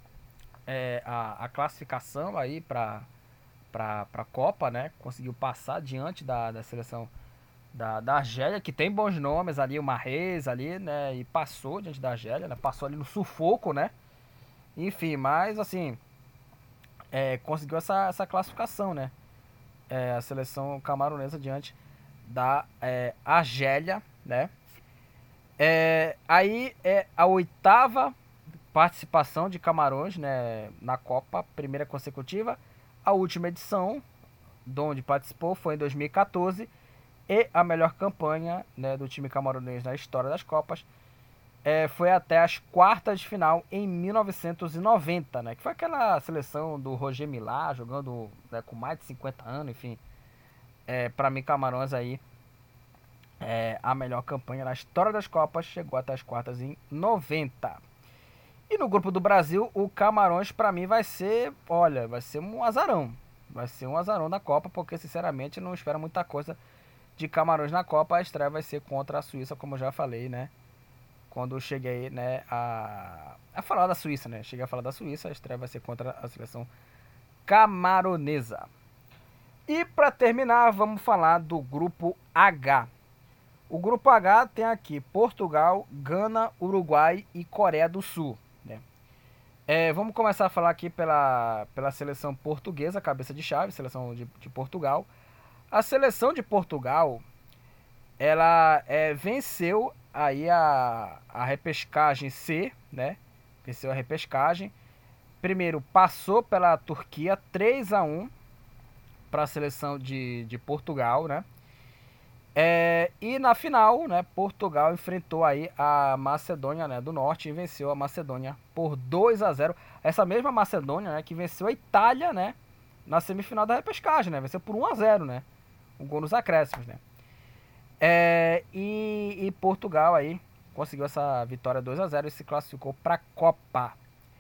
é, a, a classificação aí para para a Copa, né? Conseguiu passar diante da, da seleção da, da Argélia, que tem bons nomes ali, o Mahrez ali, né? E passou diante da Argélia, né? Passou ali no sufoco, né? Enfim, mas assim, é, conseguiu essa, essa classificação, né? É, a seleção camaronesa diante da é, Argélia, né? É, aí é a oitava participação de Camarões, né, na Copa, primeira consecutiva. A última edição, de onde participou, foi em dois mil e quatorze. E a melhor campanha, né, do time camaronês na história das Copas é, foi até as quartas de final em mil novecentos e noventa, né, que foi aquela seleção do Roger Milá, jogando, né, com mais de cinquenta anos, enfim. É, para mim, Camarões aí, é, a melhor campanha na história das Copas, chegou até as quartas em noventa. E no grupo do Brasil, o Camarões pra mim vai ser, olha, vai ser um azarão. Vai ser um azarão da Copa, porque sinceramente não espero muita coisa de Camarões na Copa. A estreia vai ser contra a Suíça, como eu já falei, né? Quando eu cheguei, né, a, a falar da Suíça, né? Cheguei a falar da Suíça, a estreia vai ser contra a seleção camaronesa. E pra terminar, vamos falar do grupo H. O grupo H tem aqui Portugal, Gana, Uruguai e Coreia do Sul. É, vamos começar a falar aqui pela, pela seleção portuguesa, cabeça de chave, seleção de, de Portugal. A seleção de Portugal, ela é, venceu aí a, a repescagem C, né? Venceu a repescagem. Primeiro passou pela Turquia três a um para a seleção de, de Portugal, né? É, e na final, né, Portugal enfrentou aí a Macedônia, né, do Norte e venceu a Macedônia por dois a zero. Essa mesma Macedônia, né, que venceu a Itália, né, na semifinal da repescagem, né, venceu por um a zero, né, um gol nos acréscimos, né. É, e, e Portugal aí conseguiu essa vitória dois a zero e se classificou para a Copa.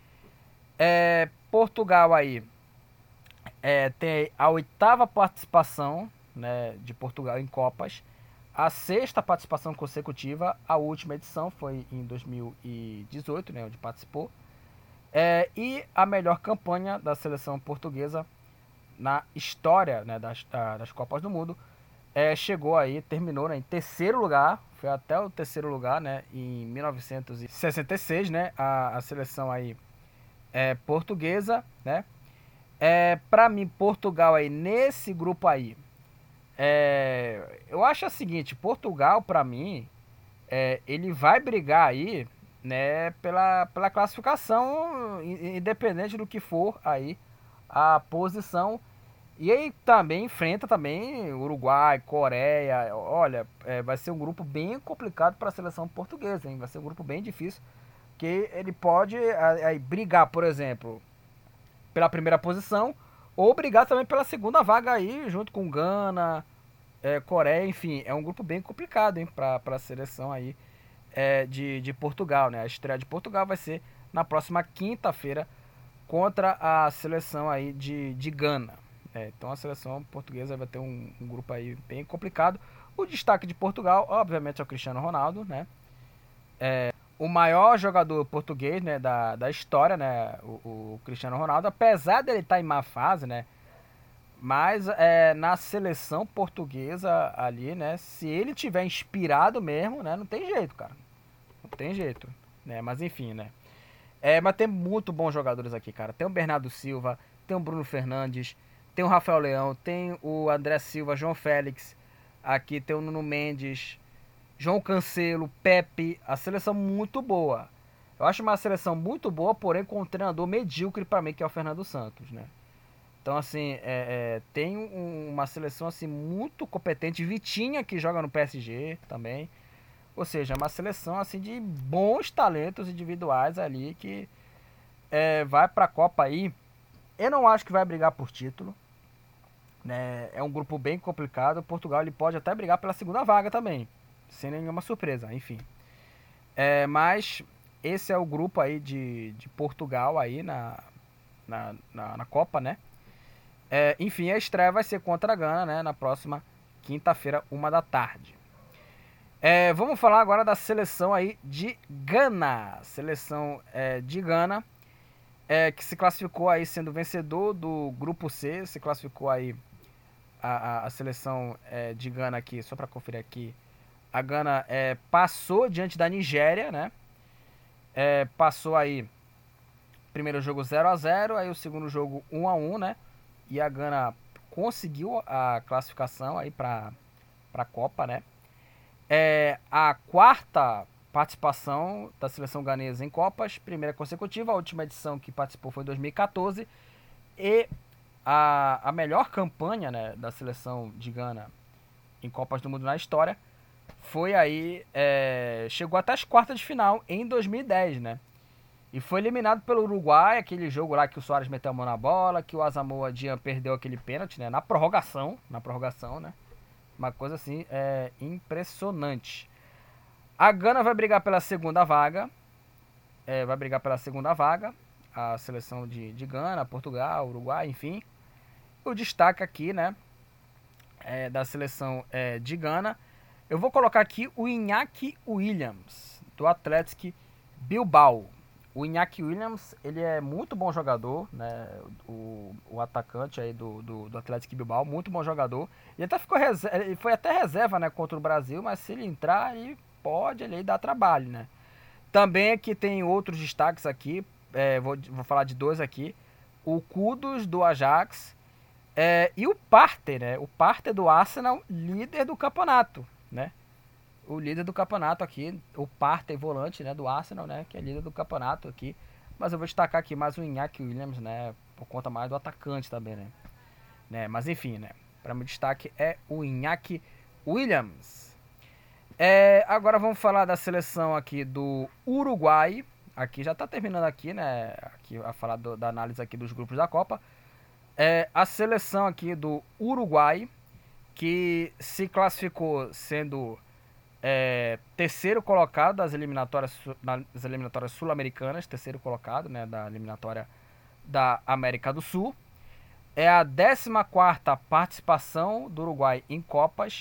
É, Portugal aí é, tem a oitava participação, né, de Portugal em Copas. a sexta participação consecutiva, a última edição foi em dois mil e dezoito, né, onde participou. É, e a melhor campanha da seleção portuguesa na história, né, das, das Copas do Mundo. É, chegou aí, terminou, né, em terceiro lugar, foi até o terceiro lugar, né, em mil novecentos e sessenta e seis, né, a, a seleção aí é, portuguesa, né. É, para mim, Portugal aí, nesse grupo aí, é, eu acho o seguinte, Portugal, para mim, é, ele vai brigar aí, né, pela, pela classificação, independente do que for aí a posição. E aí também enfrenta também Uruguai, Coreia. Olha, é, vai ser um grupo bem complicado para a seleção portuguesa, hein? Vai ser um grupo bem difícil, que ele pode aí, brigar, por exemplo, pela primeira posição, ou brigar também pela segunda vaga aí, junto com Gana, é, Coreia, enfim. É um grupo bem complicado, hein, para a seleção aí é, de, de Portugal, né? A estreia de Portugal vai ser na próxima quinta-feira contra a seleção aí de, de Gana. É, então a seleção portuguesa vai ter um, um grupo aí bem complicado. O destaque de Portugal, obviamente, é o Cristiano Ronaldo, né? É, o maior jogador português, né, da, da história, né? O, o Cristiano Ronaldo, apesar dele estar em má fase, né? Mas é, na seleção portuguesa ali, né? Se ele tiver inspirado mesmo, né? Não tem jeito, cara. Não tem jeito, né? Mas enfim, né? É, mas tem muito bons jogadores aqui, cara. Tem o Bernardo Silva, tem o Bruno Fernandes, tem o Rafael Leão, tem o André Silva, João Félix, aqui tem o Nuno Mendes, João Cancelo, Pepe, a seleção muito boa. Eu acho uma seleção muito boa, porém com um treinador medíocre para mim, que é o Fernando Santos, né? Então, assim, é, é, tem um, uma seleção assim muito competente. Vitinha, que joga no P S G também. Ou seja, uma seleção assim de bons talentos individuais ali que é, vai para a Copa aí. Eu não acho que vai brigar por título, né? É um grupo bem complicado. Portugal ele pode até brigar pela segunda vaga também, sem nenhuma surpresa, enfim. É, mas esse é o grupo aí de, de Portugal aí na, na, na, na Copa, né? É, enfim, a estreia vai ser contra a Gana, né? Na próxima quinta-feira, uma da tarde. É, vamos falar agora da seleção aí de Gana. Seleção é, de Gana, é, que se classificou aí sendo vencedor do grupo C. Se classificou aí a, a, a seleção é, de Gana aqui, só para conferir aqui. A Gana é, passou diante da Nigéria, né? É, passou aí primeiro jogo zero a zero, aí o segundo jogo um a um, né? E a Gana conseguiu a classificação aí para a Copa, né? É a quarta participação da seleção ganesa em Copas, primeira consecutiva. A última edição que participou foi em dois mil e quatorze. E a, a melhor campanha, né, da seleção de Gana em Copas do Mundo na história foi aí, é, chegou até as quartas de final em dois mil e dez, né? E foi eliminado pelo Uruguai, aquele jogo lá que o Suárez meteu a mão na bola, que o Asamoah Gyan perdeu aquele pênalti, né? Na prorrogação, na prorrogação, né? Uma coisa assim, é impressionante. A Gana vai brigar pela segunda vaga. É, vai brigar pela segunda vaga. A seleção de, de Gana, Portugal, Uruguai, enfim. O destaque aqui, né? É, da seleção é, de Gana. Eu vou colocar aqui o Iñaki Williams, do Athletic Bilbao. O Iñaki Williams, ele é muito bom jogador, né? O, o atacante aí do, do, do Athletic Bilbao, muito bom jogador. Ele até ficou reserva, ele foi até reserva, né, contra o Brasil, mas se ele entrar, ele pode ele dar trabalho, né? Também aqui tem outros destaques aqui, é, vou, vou falar de dois aqui. O Kudus do Ajax é, e o Partey, né? O Partey do Arsenal, líder do campeonato, né? O líder do campeonato aqui, o Partey volante, né, do Arsenal, né, que é líder do campeonato aqui. Mas eu vou destacar aqui mais o Iñaki Williams, né, por conta mais do atacante também, né. né mas enfim, né, para meu destaque é o Iñaki Williams. É, agora vamos falar da seleção aqui do Uruguai. Aqui já tá terminando aqui, né, aqui a falar do, da análise aqui dos grupos da Copa. É, a seleção aqui do Uruguai, que se classificou sendo É, terceiro colocado das eliminatórias, das eliminatórias sul-americanas, terceiro colocado, né, da eliminatória da América do Sul. É a décima quarta participação do Uruguai em Copas,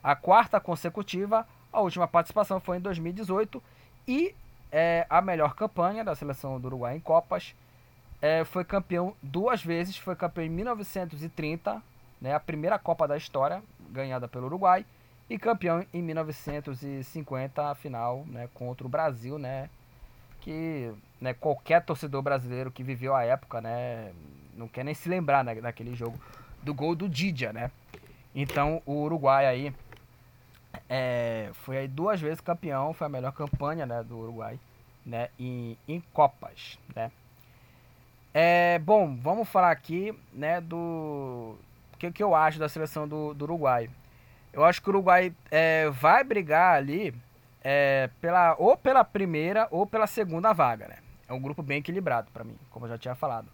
a quarta consecutiva. A última participação foi em dois mil e dezoito e é, a melhor campanha da seleção do Uruguai em Copas. É, foi campeão duas vezes, foi campeão em mil novecentos e trinta, né, a primeira Copa da história ganhada pelo Uruguai, e campeão em mil novecentos e cinquenta, a final, né, contra o Brasil, né, que, né, qualquer torcedor brasileiro que viveu a época, né, não quer nem se lembrar, né, daquele jogo do gol do Didia, né. Então o Uruguai aí é, foi aí duas vezes campeão, foi a melhor campanha, né, do Uruguai, né, em, em Copas, né. É, bom, vamos falar aqui, né, do que, que eu acho da seleção do, do Uruguai. Eu acho que o Uruguai é, vai brigar ali é, pela, ou pela primeira ou pela segunda vaga, né? É um grupo bem equilibrado para mim, como eu já tinha falado.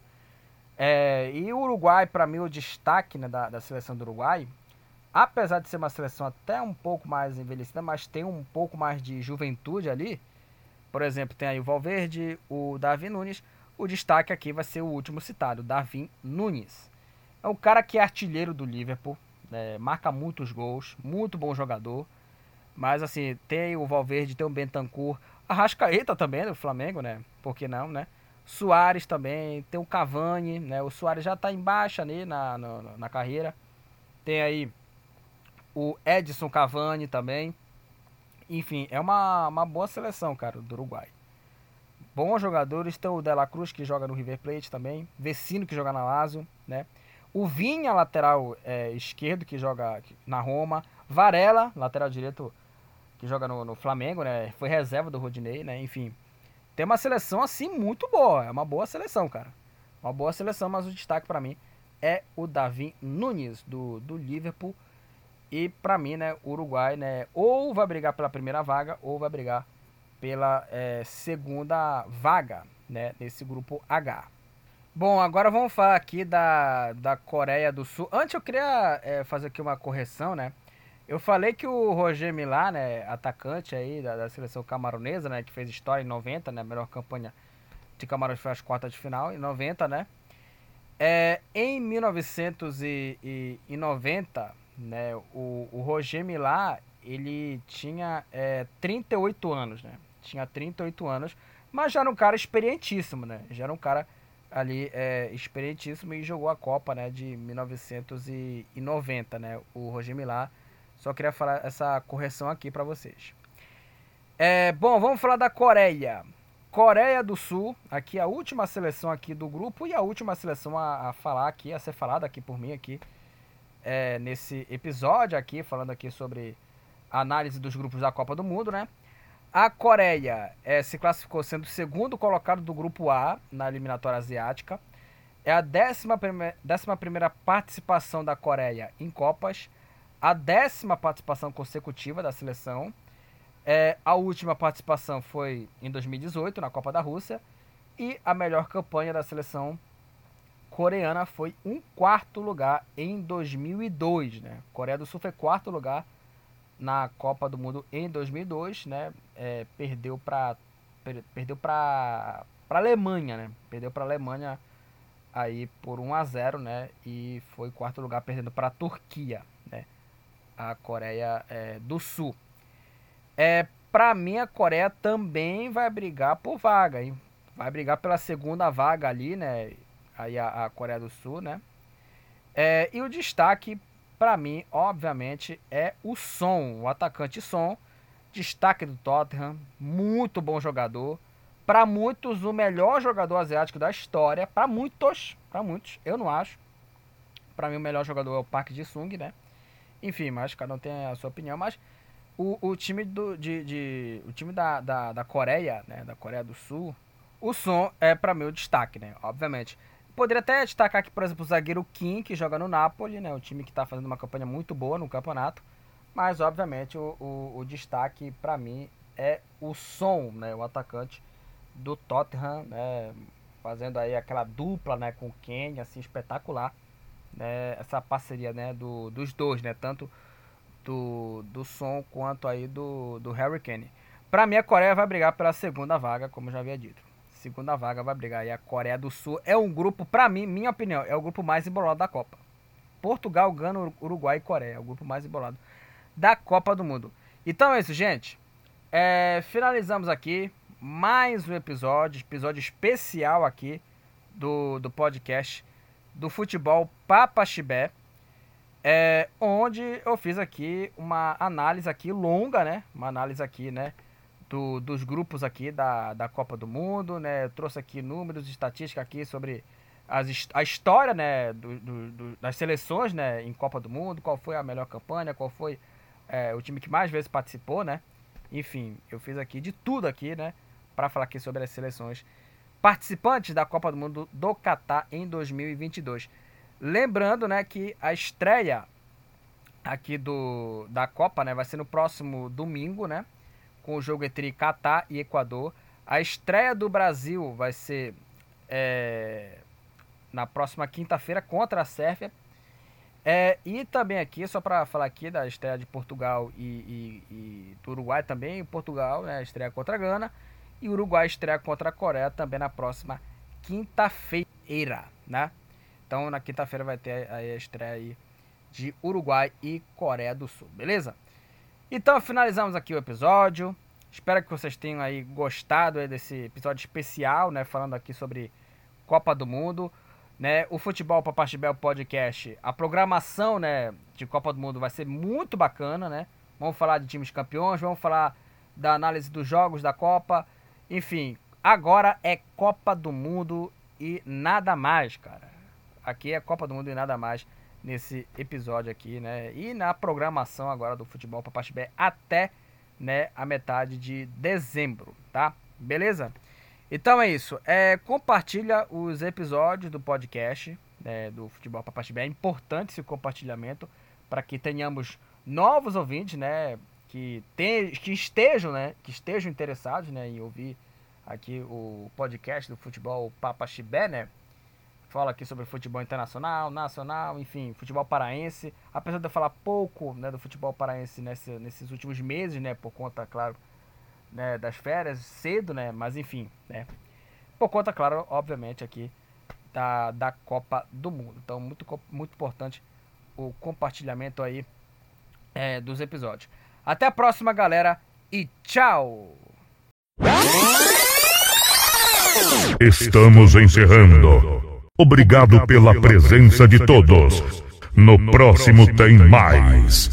É, e o Uruguai, para mim, o destaque, né, da, da seleção do Uruguai, apesar de ser uma seleção até um pouco mais envelhecida, mas tem um pouco mais de juventude ali. Por exemplo, tem aí o Valverde, o Darwin Núñez. O destaque aqui vai ser o último citado, Darwin Núñez. É um cara que é artilheiro do Liverpool, né, marca muitos gols, muito bom jogador. Mas assim, tem o Valverde, tem o Bentancur, a Arrascaeta também do Flamengo, né? Por que não, né? Suárez também, tem o Cavani, né? O Suárez já tá em baixa ali na, na, na carreira. Tem aí o Edson Cavani também. Enfim, é uma, uma boa seleção, cara, do Uruguai. Bons jogadores, tem o De La Cruz, que joga no River Plate também, Vecino, que joga na Lazio, né? O Vinha, lateral é, esquerdo, que joga na Roma, Varela, lateral direito, que joga no, no Flamengo, né? Foi reserva do Rodinei, né? Enfim, tem uma seleção assim muito boa, é uma boa seleção, cara. Uma boa seleção, mas o destaque pra mim é o Darwin Núñez, do, do Liverpool. E pra mim, né, o Uruguai, né, ou vai brigar pela primeira vaga, ou vai brigar pela é, segunda vaga, né, nesse grupo H. Bom, agora vamos falar aqui da, da Coreia do Sul. Antes eu queria é, fazer aqui uma correção, né? Eu falei que o Roger Milá, né, atacante aí da, da seleção camaronesa, né, que fez história em noventa, né, a melhor campanha de Camarões foi as quartas de final, em noventa, né? É, em mil novecentos e noventa, né, o, o Roger Milá, ele tinha é, trinta e oito anos, né? Tinha trinta e oito anos, mas já era um cara experientíssimo, né? Já era um cara ali é, experientíssimo e jogou a Copa, né, de mil novecentos e noventa, né? O Roger Milá. Só queria falar essa correção aqui para vocês. É, bom, vamos falar da Coreia. Coreia do Sul, aqui a última seleção aqui do grupo e a última seleção a, a falar aqui, a ser falada aqui por mim aqui é, nesse episódio aqui, falando aqui sobre a análise dos grupos da Copa do Mundo, né? A Coreia é, se classificou sendo o segundo colocado do grupo A na eliminatória asiática. É a décima primeira, décima primeira participação da Coreia em Copas, a décima participação consecutiva da seleção. É, a última participação foi em dois mil e dezoito, na Copa da Rússia. E a melhor campanha da seleção coreana foi um quarto lugar em dois mil e dois. Né? A Coreia do Sul foi quarto lugar na Copa do Mundo em dois mil e dois. Né? É, perdeu para per, perdeu para para Alemanha, né? Perdeu para Alemanha aí por um a zero, né? E foi quarto lugar perdendo para a Turquia, né? A Coreia é, do Sul. É, para mim a Coreia também vai brigar por vaga, hein? Vai brigar pela segunda vaga ali, né? Aí a, a Coreia do Sul, né? É, e o destaque para mim, obviamente, é o Son, o atacante Son, destaque do Tottenham, muito bom jogador. Para muitos, o melhor jogador asiático da história. Para muitos, para muitos, eu não acho. Para mim, o melhor jogador é o Park Ji-sung, né? Enfim, mas cada um tem a sua opinião. Mas o, o time, do, de, de, o time da, da, da Coreia, né? Da Coreia do Sul, o Son é para mim o destaque, né? Obviamente. Poderia até destacar aqui, por exemplo, o zagueiro Kim, que joga no Napoli, né? O time que está fazendo uma campanha muito boa no campeonato. Mas, obviamente, o, o, o destaque para mim é o Son, né? O atacante do Tottenham, né? Fazendo aí aquela dupla, né? Com o Kane, assim, espetacular. Né? Essa parceria, né? Do, dos dois, né? Tanto do, do Son quanto aí do, do Harry Kane. Para mim, a Coreia vai brigar pela segunda vaga, como eu já havia dito. Segunda vaga vai brigar aí a Coreia do Sul. É um grupo, para mim, minha opinião, é o grupo mais embolado da Copa. Portugal, Gana, Uruguai e Coreia. É o grupo mais embolado da Copa do Mundo. Então é isso, gente. É, finalizamos aqui mais um episódio, episódio especial aqui do, do podcast do Futebol Papaxibé, é, onde eu fiz aqui uma análise aqui longa, né? Uma análise aqui, né? Do, dos grupos aqui da, da Copa do Mundo, né? Eu trouxe aqui números, estatísticas aqui sobre as, a história, né? Do, do, do, das seleções, né? Em Copa do Mundo, qual foi a melhor campanha, qual foi é, o time que mais vezes participou, né? Enfim, eu fiz aqui de tudo aqui, né? Para falar aqui sobre as seleções participantes da Copa do Mundo do Catar em dois mil e vinte e dois. Lembrando, né, que a estreia aqui do, da Copa, né, vai ser no próximo domingo, né, com o jogo entre Catar e Equador. A estreia do Brasil vai ser é, na próxima quinta-feira contra a Sérvia. É, e também aqui, só para falar aqui da estreia de Portugal e, e, e do Uruguai também, Portugal, né, estreia contra a Gana, e o Uruguai estreia contra a Coreia também na próxima quinta-feira, né? Então na quinta-feira vai ter a, a estreia aí de Uruguai e Coreia do Sul, beleza? Então finalizamos aqui o episódio. Espero que vocês tenham aí gostado aí desse episódio especial, né? Falando aqui sobre Copa do Mundo, né? O Futebol Papaxibé Podcast, a programação, né, de Copa do Mundo vai ser muito bacana, né? Vamos falar de times campeões, vamos falar da análise dos jogos da Copa. Enfim, agora é Copa do Mundo e nada mais, cara. Aqui é Copa do Mundo e nada mais nesse episódio aqui, né? E na programação agora do Futebol Papaxibé até, né, a metade de dezembro, tá? Beleza? Então é isso. É, compartilha os episódios do podcast, né, do Futebol Papaxibé. É importante esse compartilhamento para que tenhamos novos ouvintes, né? Que, te, que estejam, né, que estejam interessados, né, em ouvir aqui o podcast do Futebol Papaxibé, né? Fala aqui sobre futebol internacional, nacional, enfim, futebol paraense. Apesar de eu falar pouco, né, do futebol paraense nesse, nesses últimos meses, né, por conta, claro, né, das férias, cedo, né, mas enfim, né, por conta, claro, obviamente aqui da, da Copa do Mundo. Então, muito, muito importante o compartilhamento aí é, dos episódios. Até a próxima, galera, e tchau! Estamos encerrando. Obrigado pela presença de todos. No próximo tem mais.